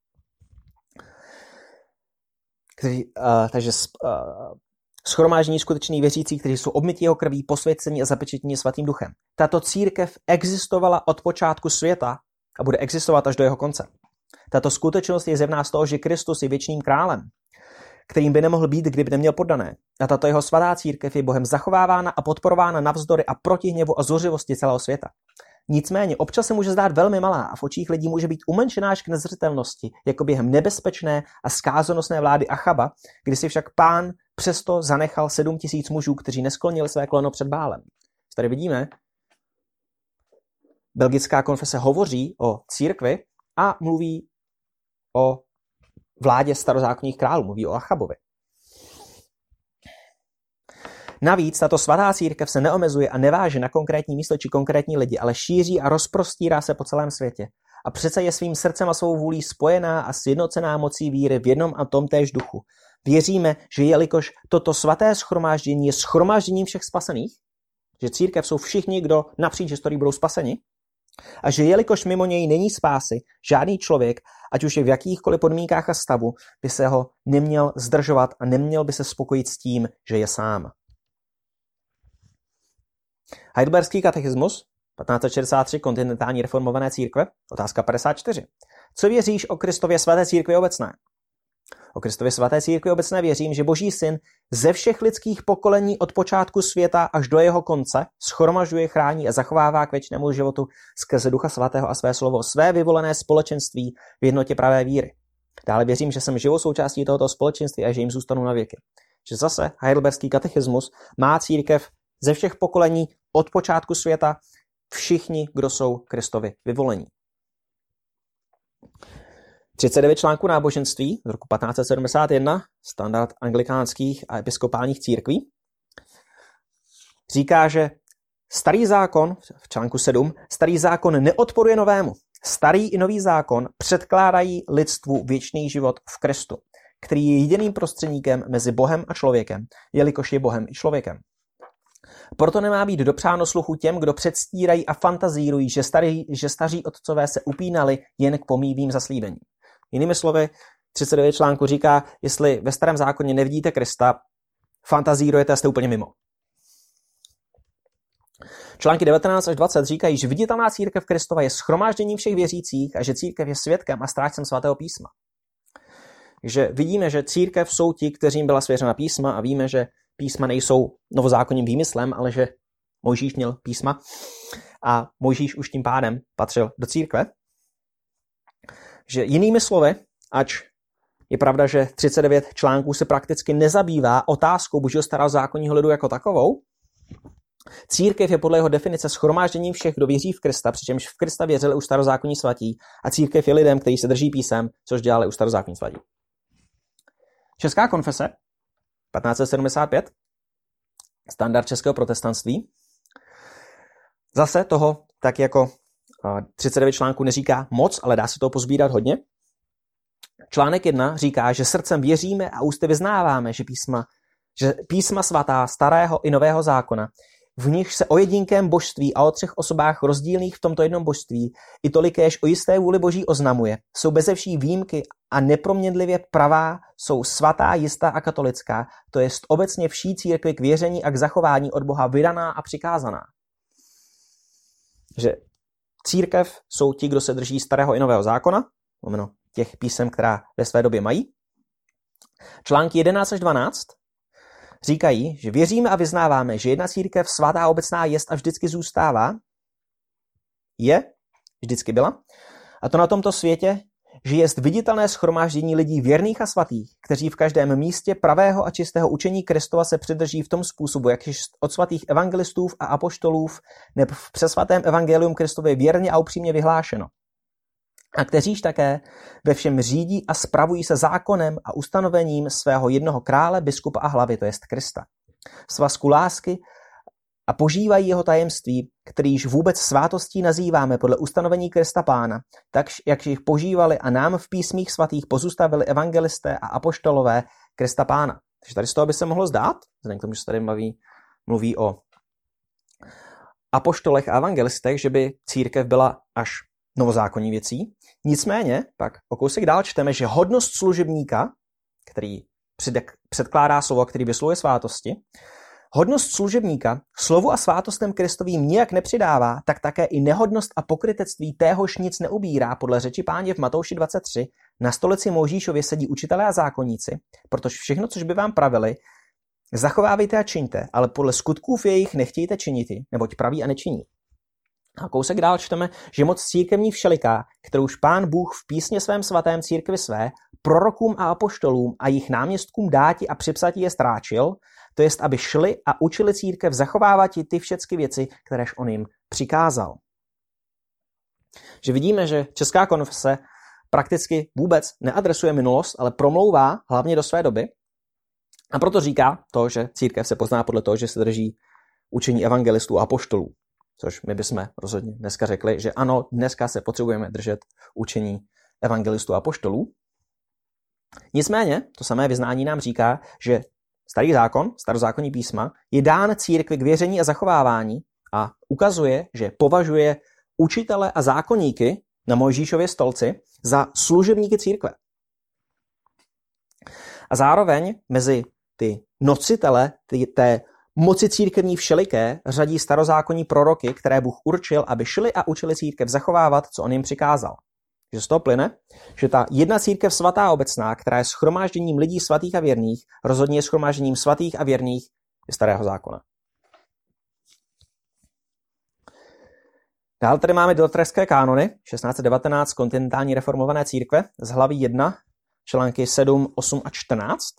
Kteří, uh, takže uh, shromáždění skutečných věřících, kteří jsou obmytí jeho krví, posvěcení a zapečetění svatým duchem. Tato církev existovala od počátku světa a bude existovat až do jeho konce. Tato skutečnost je zjevná z toho, že Kristus je věčným králem, kterým by nemohl být, kdyby neměl poddané. A tato jeho svatá církev je Bohem zachovávána a podporována navzdory a proti hněvu a zuřivosti celého světa. Nicméně občas se může zdát velmi malá a v očích lidí může být umenšená až k nezřetelnosti, jako během nebezpečné a zkázonosné vlády Achaba, kdy si však Pán přesto zanechal sedm tisíc mužů, kteří nesklonili své koleno před Bálem. Tady vidíme, belgická konfese hovoří o církvi a mluví o vládě starozákonních králů, mluví o Achabovi. Navíc tato svatá církev se neomezuje a neváže na konkrétní místo či konkrétní lidi, ale šíří a rozprostírá se po celém světě. A přece je svým srdcem a svou vůlí spojená a sjednocená mocí víry v jednom a tom též duchu. Věříme, že jelikož toto svaté shromáždění je shromážděním všech spasených, že církev jsou všichni, kdo napříč historií budou spaseni, a že jelikož mimo něj není spásy, žádný člověk, ať už je v jakýchkoliv podmínkách a stavu, by se ho neměl zdržovat a neměl by se spokojit s tím, že je sám. Heidelberský katechismus, patnáct set šedesát tři, kontinentální reformované církve, otázka padesát čtyři. Co věříš o Kristově svaté církvi obecné? O Kristově svaté církvi obecné věřím, že Boží syn ze všech lidských pokolení od počátku světa až do jeho konce shromažďuje, chrání a zachovává k věčnému životu skrze Ducha svatého a své slovo své vyvolené společenství v jednotě pravé víry. Dále věřím, že jsem živou součástí tohoto společenství a že jim zůstanu na věky. Že zase Heidelberský katechismus má církev ze všech pokolení od počátku světa, všichni, kdo jsou Kristovi vyvolení. třicet devět článků náboženství z roku patnáct set sedmdesát jedna, standard anglikánských a episkopálních církví, říká, že starý zákon, v článku sedm, starý zákon neodporuje novému. Starý i nový zákon předkládají lidstvu věčný život v Kristu, který je jediným prostředníkem mezi Bohem a člověkem, jelikož je Bohem i člověkem. Proto nemá být dopřáno sluchu těm, kdo předstírají a fantazírují, že, starý, že staří otcové se upínali jen k pomývým zaslíbením. Jinými slovy, třicet devět článku říká, jestli ve starém zákoně nevidíte Krista, fantazírujete a jste úplně mimo. Články devatenáct až dvacet říkají, že viditelná církev Kristova je shromážděním všech věřících a že církev je svědkem a strážcem svatého písma. Takže vidíme, že církev jsou ti, kterým byla svěřena písma a víme, že písma nejsou novozákonním výmyslem, ale že Mojžíš měl písma a Mojžíš už tím pádem patřil do církve. Že jinými slovy, ač je pravda, že třicet devět článků se prakticky nezabývá otázkou božího starého zákonního lidu jako takovou, církev je podle jeho definice shromážděním všech, kdo věří v Krista, přičemž v Krista věřili už starozákonní svatí a církev je lidem, kteří se drží písem, což dělali už starozákonní svatí. Česká konfese, patnáct set sedmdesát pět, standard českého protestantství, zase toho tak jako třicet devět článků neříká moc, ale dá se toho pozbírat hodně. Článek jedna říká, že srdcem věříme a ústy vyznáváme, že písma, že písma svatá starého i nového zákona, v nichž se o jedinkém božství a o třech osobách rozdílných v tomto jednom božství i tolikéž o jisté vůli boží oznamuje, jsou beze vší výjimky a neproměnlivě pravá, jsou svatá, jistá a katolická, to jest obecně vší církvi k věření a k zachování od Boha vydaná a přikázaná. Že církev jsou ti, kdo se drží starého i nového zákona, znamená těch písem, která ve své době mají. Články jedenáct až dvanáct říkají, že věříme a vyznáváme, že jedna církev svatá obecná jest a vždycky zůstává, je, vždycky byla, a to na tomto světě, že jest viditelné shromáždění lidí věrných a svatých, kteří v každém místě pravého a čistého učení Kristova se přidrží v tom způsobu, jak již od svatých evangelistů a apoštolů nebo v přesvatém evangelium Kristově věrně a upřímně vyhlášeno. A kteříž také ve všem řídí a spravují se zákonem a ustanovením svého jednoho krále, biskupa a hlavy, to jest Krista. Svazku lásky a požívají jeho tajemství, kterýž vůbec svátostí nazýváme podle ustanovení Krista Pána, tak jak jich požívali a nám v písmích svatých pozůstavili evangelisté a apoštolové Krista Pána. Takže tady z toho by se mohlo zdát, vzhledem k tomu, že se tady mluví, mluví o apoštolech a evangelistech, že by církev byla až novozákonní věcí. Nicméně pak o kousek dál čteme, že hodnost služebníka, který předkládá slovo, který vyslovuje svátosti, hodnost služebníka slovu a svátostem Kristovým nijak nepřidává, tak také i nehodnost a pokrytectví téhož nic neubírá. Podle řeči Páně v Matouši dvacet tři na stolici Mojžíšově sedí učitelé a zákonníci, protože všechno, což by vám pravili, zachovávejte a čiňte, ale podle skutků jejich nechtějte činiti, neboť praví a nečiní. A kousek dál čteme, že moc církevní všeliká, kterouž Pán Bůh v písně svém svatém církvi své, prorokům a apoštolům a jejich náměstkům dáti a připsatí je stráčil, to jest, aby šli a učili církev zachovávat ty všechny věci, kteréž on jim přikázal. Že vidíme, že Česká konfese prakticky vůbec neadresuje minulost, ale promlouvá hlavně do své doby A proto říká to, že církev se pozná podle toho, že se drží učení evangelistů a apoštolů. Což my bychom rozhodně dneska řekli, že ano, dneska se potřebujeme držet učení evangelistů a apoštolů. Nicméně, to samé vyznání nám říká, že starý zákon, starozákonní písma, je dán církvi k věření a zachovávání a ukazuje, že považuje učitele a zákonníky na Mojžíšově stolci za služebníky církve. A zároveň mezi ty nositele ty, té moci církevní všeliké řadí starozákonní proroky, které Bůh určil, aby šli a učili církev zachovávat, co on jim přikázal. Že z toho plyne, že ta jedna církev svatá obecná, která je shromážděním lidí svatých a věrných, rozhodně je shromážděním svatých a věrných je starého zákona. Dál tady máme dotreské kánony, šestnáct devatenáct kontinentální reformované církve, z hlavy jedna, články sedm, osm a čtrnáct,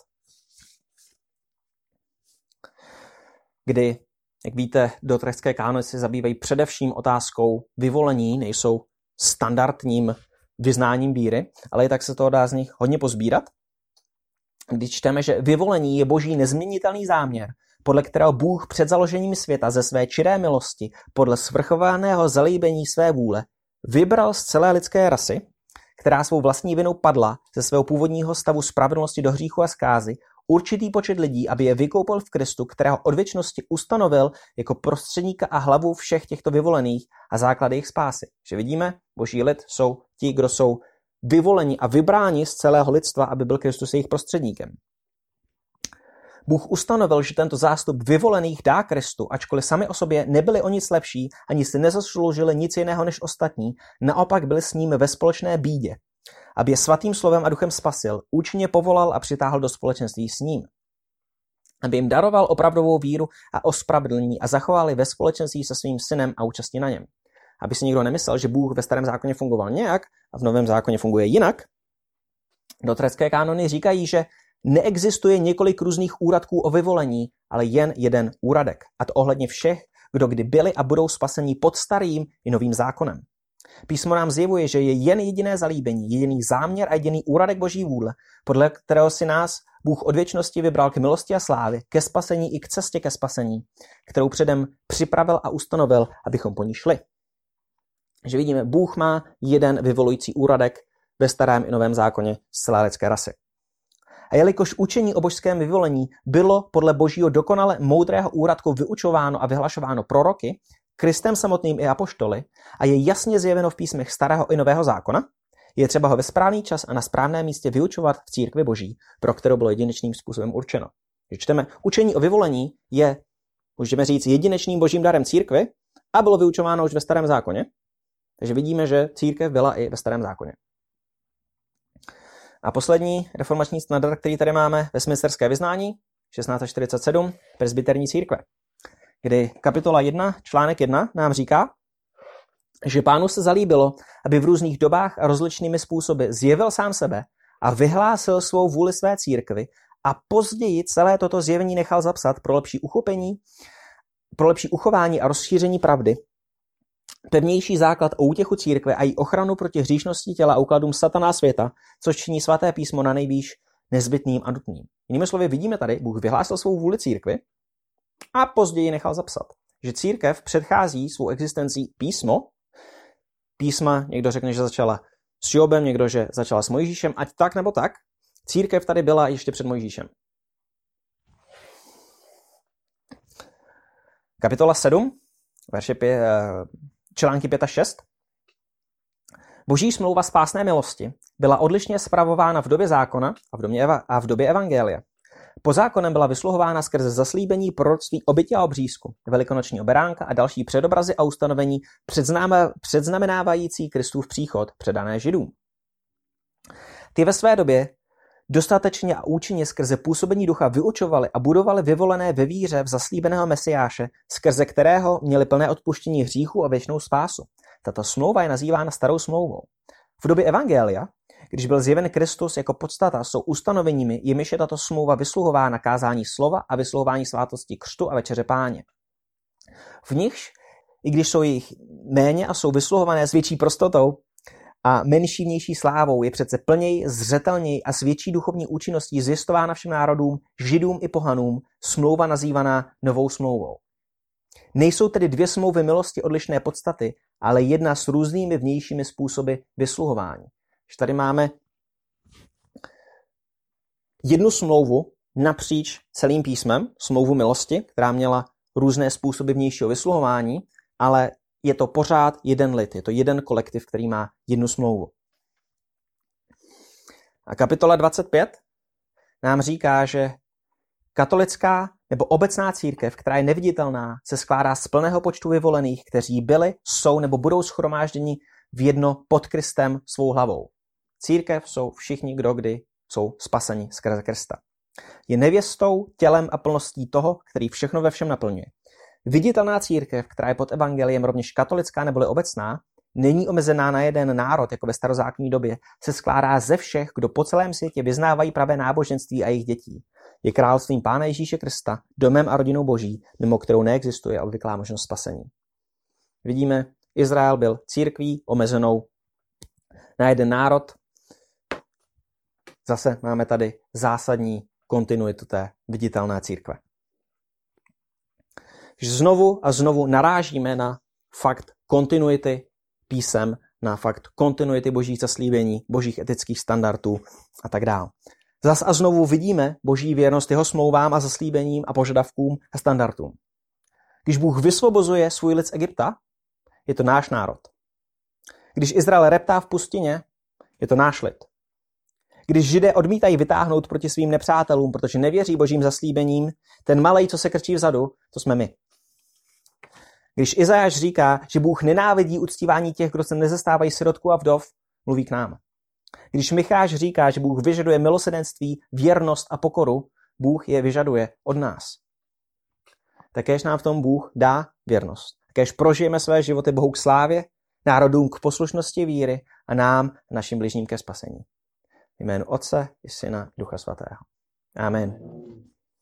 kdy, jak víte, dotreské kánony se zabývají především otázkou vyvolení, nejsou standardním vyznáním víry, ale i tak se toho dá z nich hodně pozbírat. Když čteme, že vyvolení je boží nezměnitelný záměr, podle kterého Bůh před založením světa ze své čiré milosti, podle svrchovaného zalíbení své vůle, vybral z celé lidské rasy, která svou vlastní vinou padla ze svého původního stavu spravedlnosti do hříchu a zkázy, určitý počet lidí, aby je vykoupil v Kristu, kterého od věčnosti ustanovil jako prostředníka a hlavu všech těchto vyvolených a základy jejich spásy. Že vidíme, boží lid jsou ti, kdo jsou vyvoleni a vybráni z celého lidstva, aby byl Kristus jejich prostředníkem. Bůh ustanovil, že tento zástup vyvolených dá Kristu, ačkoliv sami o sobě nebyli o nic lepší, ani si nezasloužili nic jiného než ostatní, naopak byli s ním ve společné bídě, aby je svatým slovem a duchem spasil, účinně povolal a přitáhl do společenství s ním. Aby jim daroval opravdovou víru a ospravedlnění a zachovali ve společenství se svým synem a účastí na něm. Aby si nikdo nemyslel, že Bůh ve starém zákoně fungoval nějak a v novém zákoně funguje jinak. Dotrské kánony říkají, že neexistuje několik různých úradků o vyvolení, ale jen jeden úradek. A to ohledně všech, kdo kdy byli a budou spaseni pod starým i novým zákonem. Písmo nám zjevuje, že je jen jediné zalíbení, jediný záměr a jediný úradek boží vůle, podle kterého si nás Bůh od věčnosti vybral k milosti a slávě, ke spasení i k cestě ke spasení, kterou předem připravil a ustanovil, abychom po ní šli. Že vidíme, Bůh má jeden vyvolující úradek ve starém i novém zákoně z celé lidské rasy. A jelikož učení o božském vyvolení bylo podle božího dokonale moudrého úradku vyučováno a vyhlašováno proroky, Kristem samotným i apoštoly a je jasně zjeveno v písmech starého i nového zákona, je třeba ho ve správný čas a na správném místě vyučovat v církvi boží, pro kterou bylo jedinečným způsobem určeno. Když čteme, učení o vyvolení je, můžeme říct, jedinečným božím darem církvi a bylo vyučováno už ve starém zákoně. Takže vidíme, že církev byla i ve starém zákoně. A poslední reformační standard, který tady máme, Westminsterské vyznání, šestnáct čtyřicet sedm, presbyterní církve, kdy kapitola jedna, článek jedna nám říká, že Pánu se zalíbilo, aby v různých dobách a rozličnými způsoby zjevil sám sebe a vyhlásil svou vůli své církvi a později celé toto zjevení nechal zapsat pro lepší uchopení, pro lepší uchování a rozšíření pravdy, pevnější základ o útěchu církve a její ochranu proti hříšnosti těla a úkladům satana světa, což činí svaté písmo na nejvýš nezbytným a nutným. Jinými slovy, vidíme tady, Bůh vyhlásil svou vůli církvi a později nechal zapsat, že církev předchází svou existencí písmo. Písma, někdo řekne, že začala s Jobem, někdo, že začala s Mojžíšem, ať tak nebo tak. Církev tady byla ještě před Mojžíšem. Kapitola sedm, verše pět, články pět a šest. Boží smlouva spásné milosti byla odlišně spravována v době zákona a v době, a v době evangelia. Po zákonem byla vysluhována skrze zaslíbení proroctví oběti a obřízku, velikonočního beránka a další předobrazy a ustanovení předznamenávající Kristův příchod předané Židům. Ty ve své době dostatečně a účinně skrze působení ducha vyučovali a budovali vyvolené ve víře v zaslíbeného Mesiáše, skrze kterého měli plné odpuštění hříchů a věčnou spásu. Tato smlouva je nazývána starou smlouvou. V době evangelia, když byl zjeven Kristus jako podstata, jsou ustanoveními, jimiž je tato smlouva vysluhována kázání slova a vysluhování svátosti křtu a večeře Páně. V nichž, i když jsou jich méně a jsou vysluhované s větší prostotou a menší vnější slávou je přece plněji, zřetelněji a s větší duchovní účinností zvěstována všem národům, židům i pohanům, smlouva nazývaná novou smlouvou. Nejsou tedy dvě smlouvy milosti odlišné podstaty, ale jedna s různými vnějšími způsoby vysluhování. Když tady máme jednu smlouvu napříč celým písmem, smlouvu milosti, která měla různé způsoby vnějšího vysluhování, ale je to pořád jeden lid, je to jeden kolektiv, který má jednu smlouvu. A kapitola dvacet pět nám říká, že katolická nebo obecná církev, která je neviditelná, se skládá z plného počtu vyvolených, kteří byli, jsou nebo budou shromážděni v jedno pod Kristem svou hlavou. Církev jsou všichni, kdo kdy jsou spaseni skrze Krista. Je nevěstou, tělem a plností toho, který všechno ve všem naplňuje. Viditelná církev, která je pod evangeliem rovněž katolická neboli obecná, není omezená na jeden národ, jako ve starozákonní době, se skládá ze všech, kdo po celém světě vyznávají pravé náboženství a jejich dětí. Je královstvím Pána Ježíše Krista, domem a rodinou Boží, mimo kterou neexistuje obvyklá možnost spasení. Vidíme, Izrael byl církví omezenou na jeden národ. Zase máme tady zásadní kontinuitu té viditelné církve. Znovu a znovu narážíme na fakt kontinuity písem, na fakt kontinuity božích zaslíbení, božích etických standardů a tak dále. Zas a znovu vidíme boží věrnost jeho smlouvám a zaslíbením a požadavkům a standardům. Když Bůh vysvobozuje svůj lid z Egypta, je to náš národ. Když Izrael reptá v pustině, je to náš lid. Když Židé odmítají vytáhnout proti svým nepřátelům, protože nevěří božím zaslíbením, ten malej, co se krčí vzadu, to jsme my. Když Izajáš říká, že Bůh nenávidí uctívání těch, kdo se nezastávají sirotku a vdov, mluví k nám. Když Micháš říká, že Bůh vyžaduje milosrdenství, věrnost a pokoru, Bůh je vyžaduje od nás. Takéž nám v tom Bůh dá věrnost. Takéž prožijeme své životy Bohu k slávě, národům k poslušnosti víry a nám, našim bližním ke spasení. Jménu Otce i Syna, Ducha Svatého. Amen.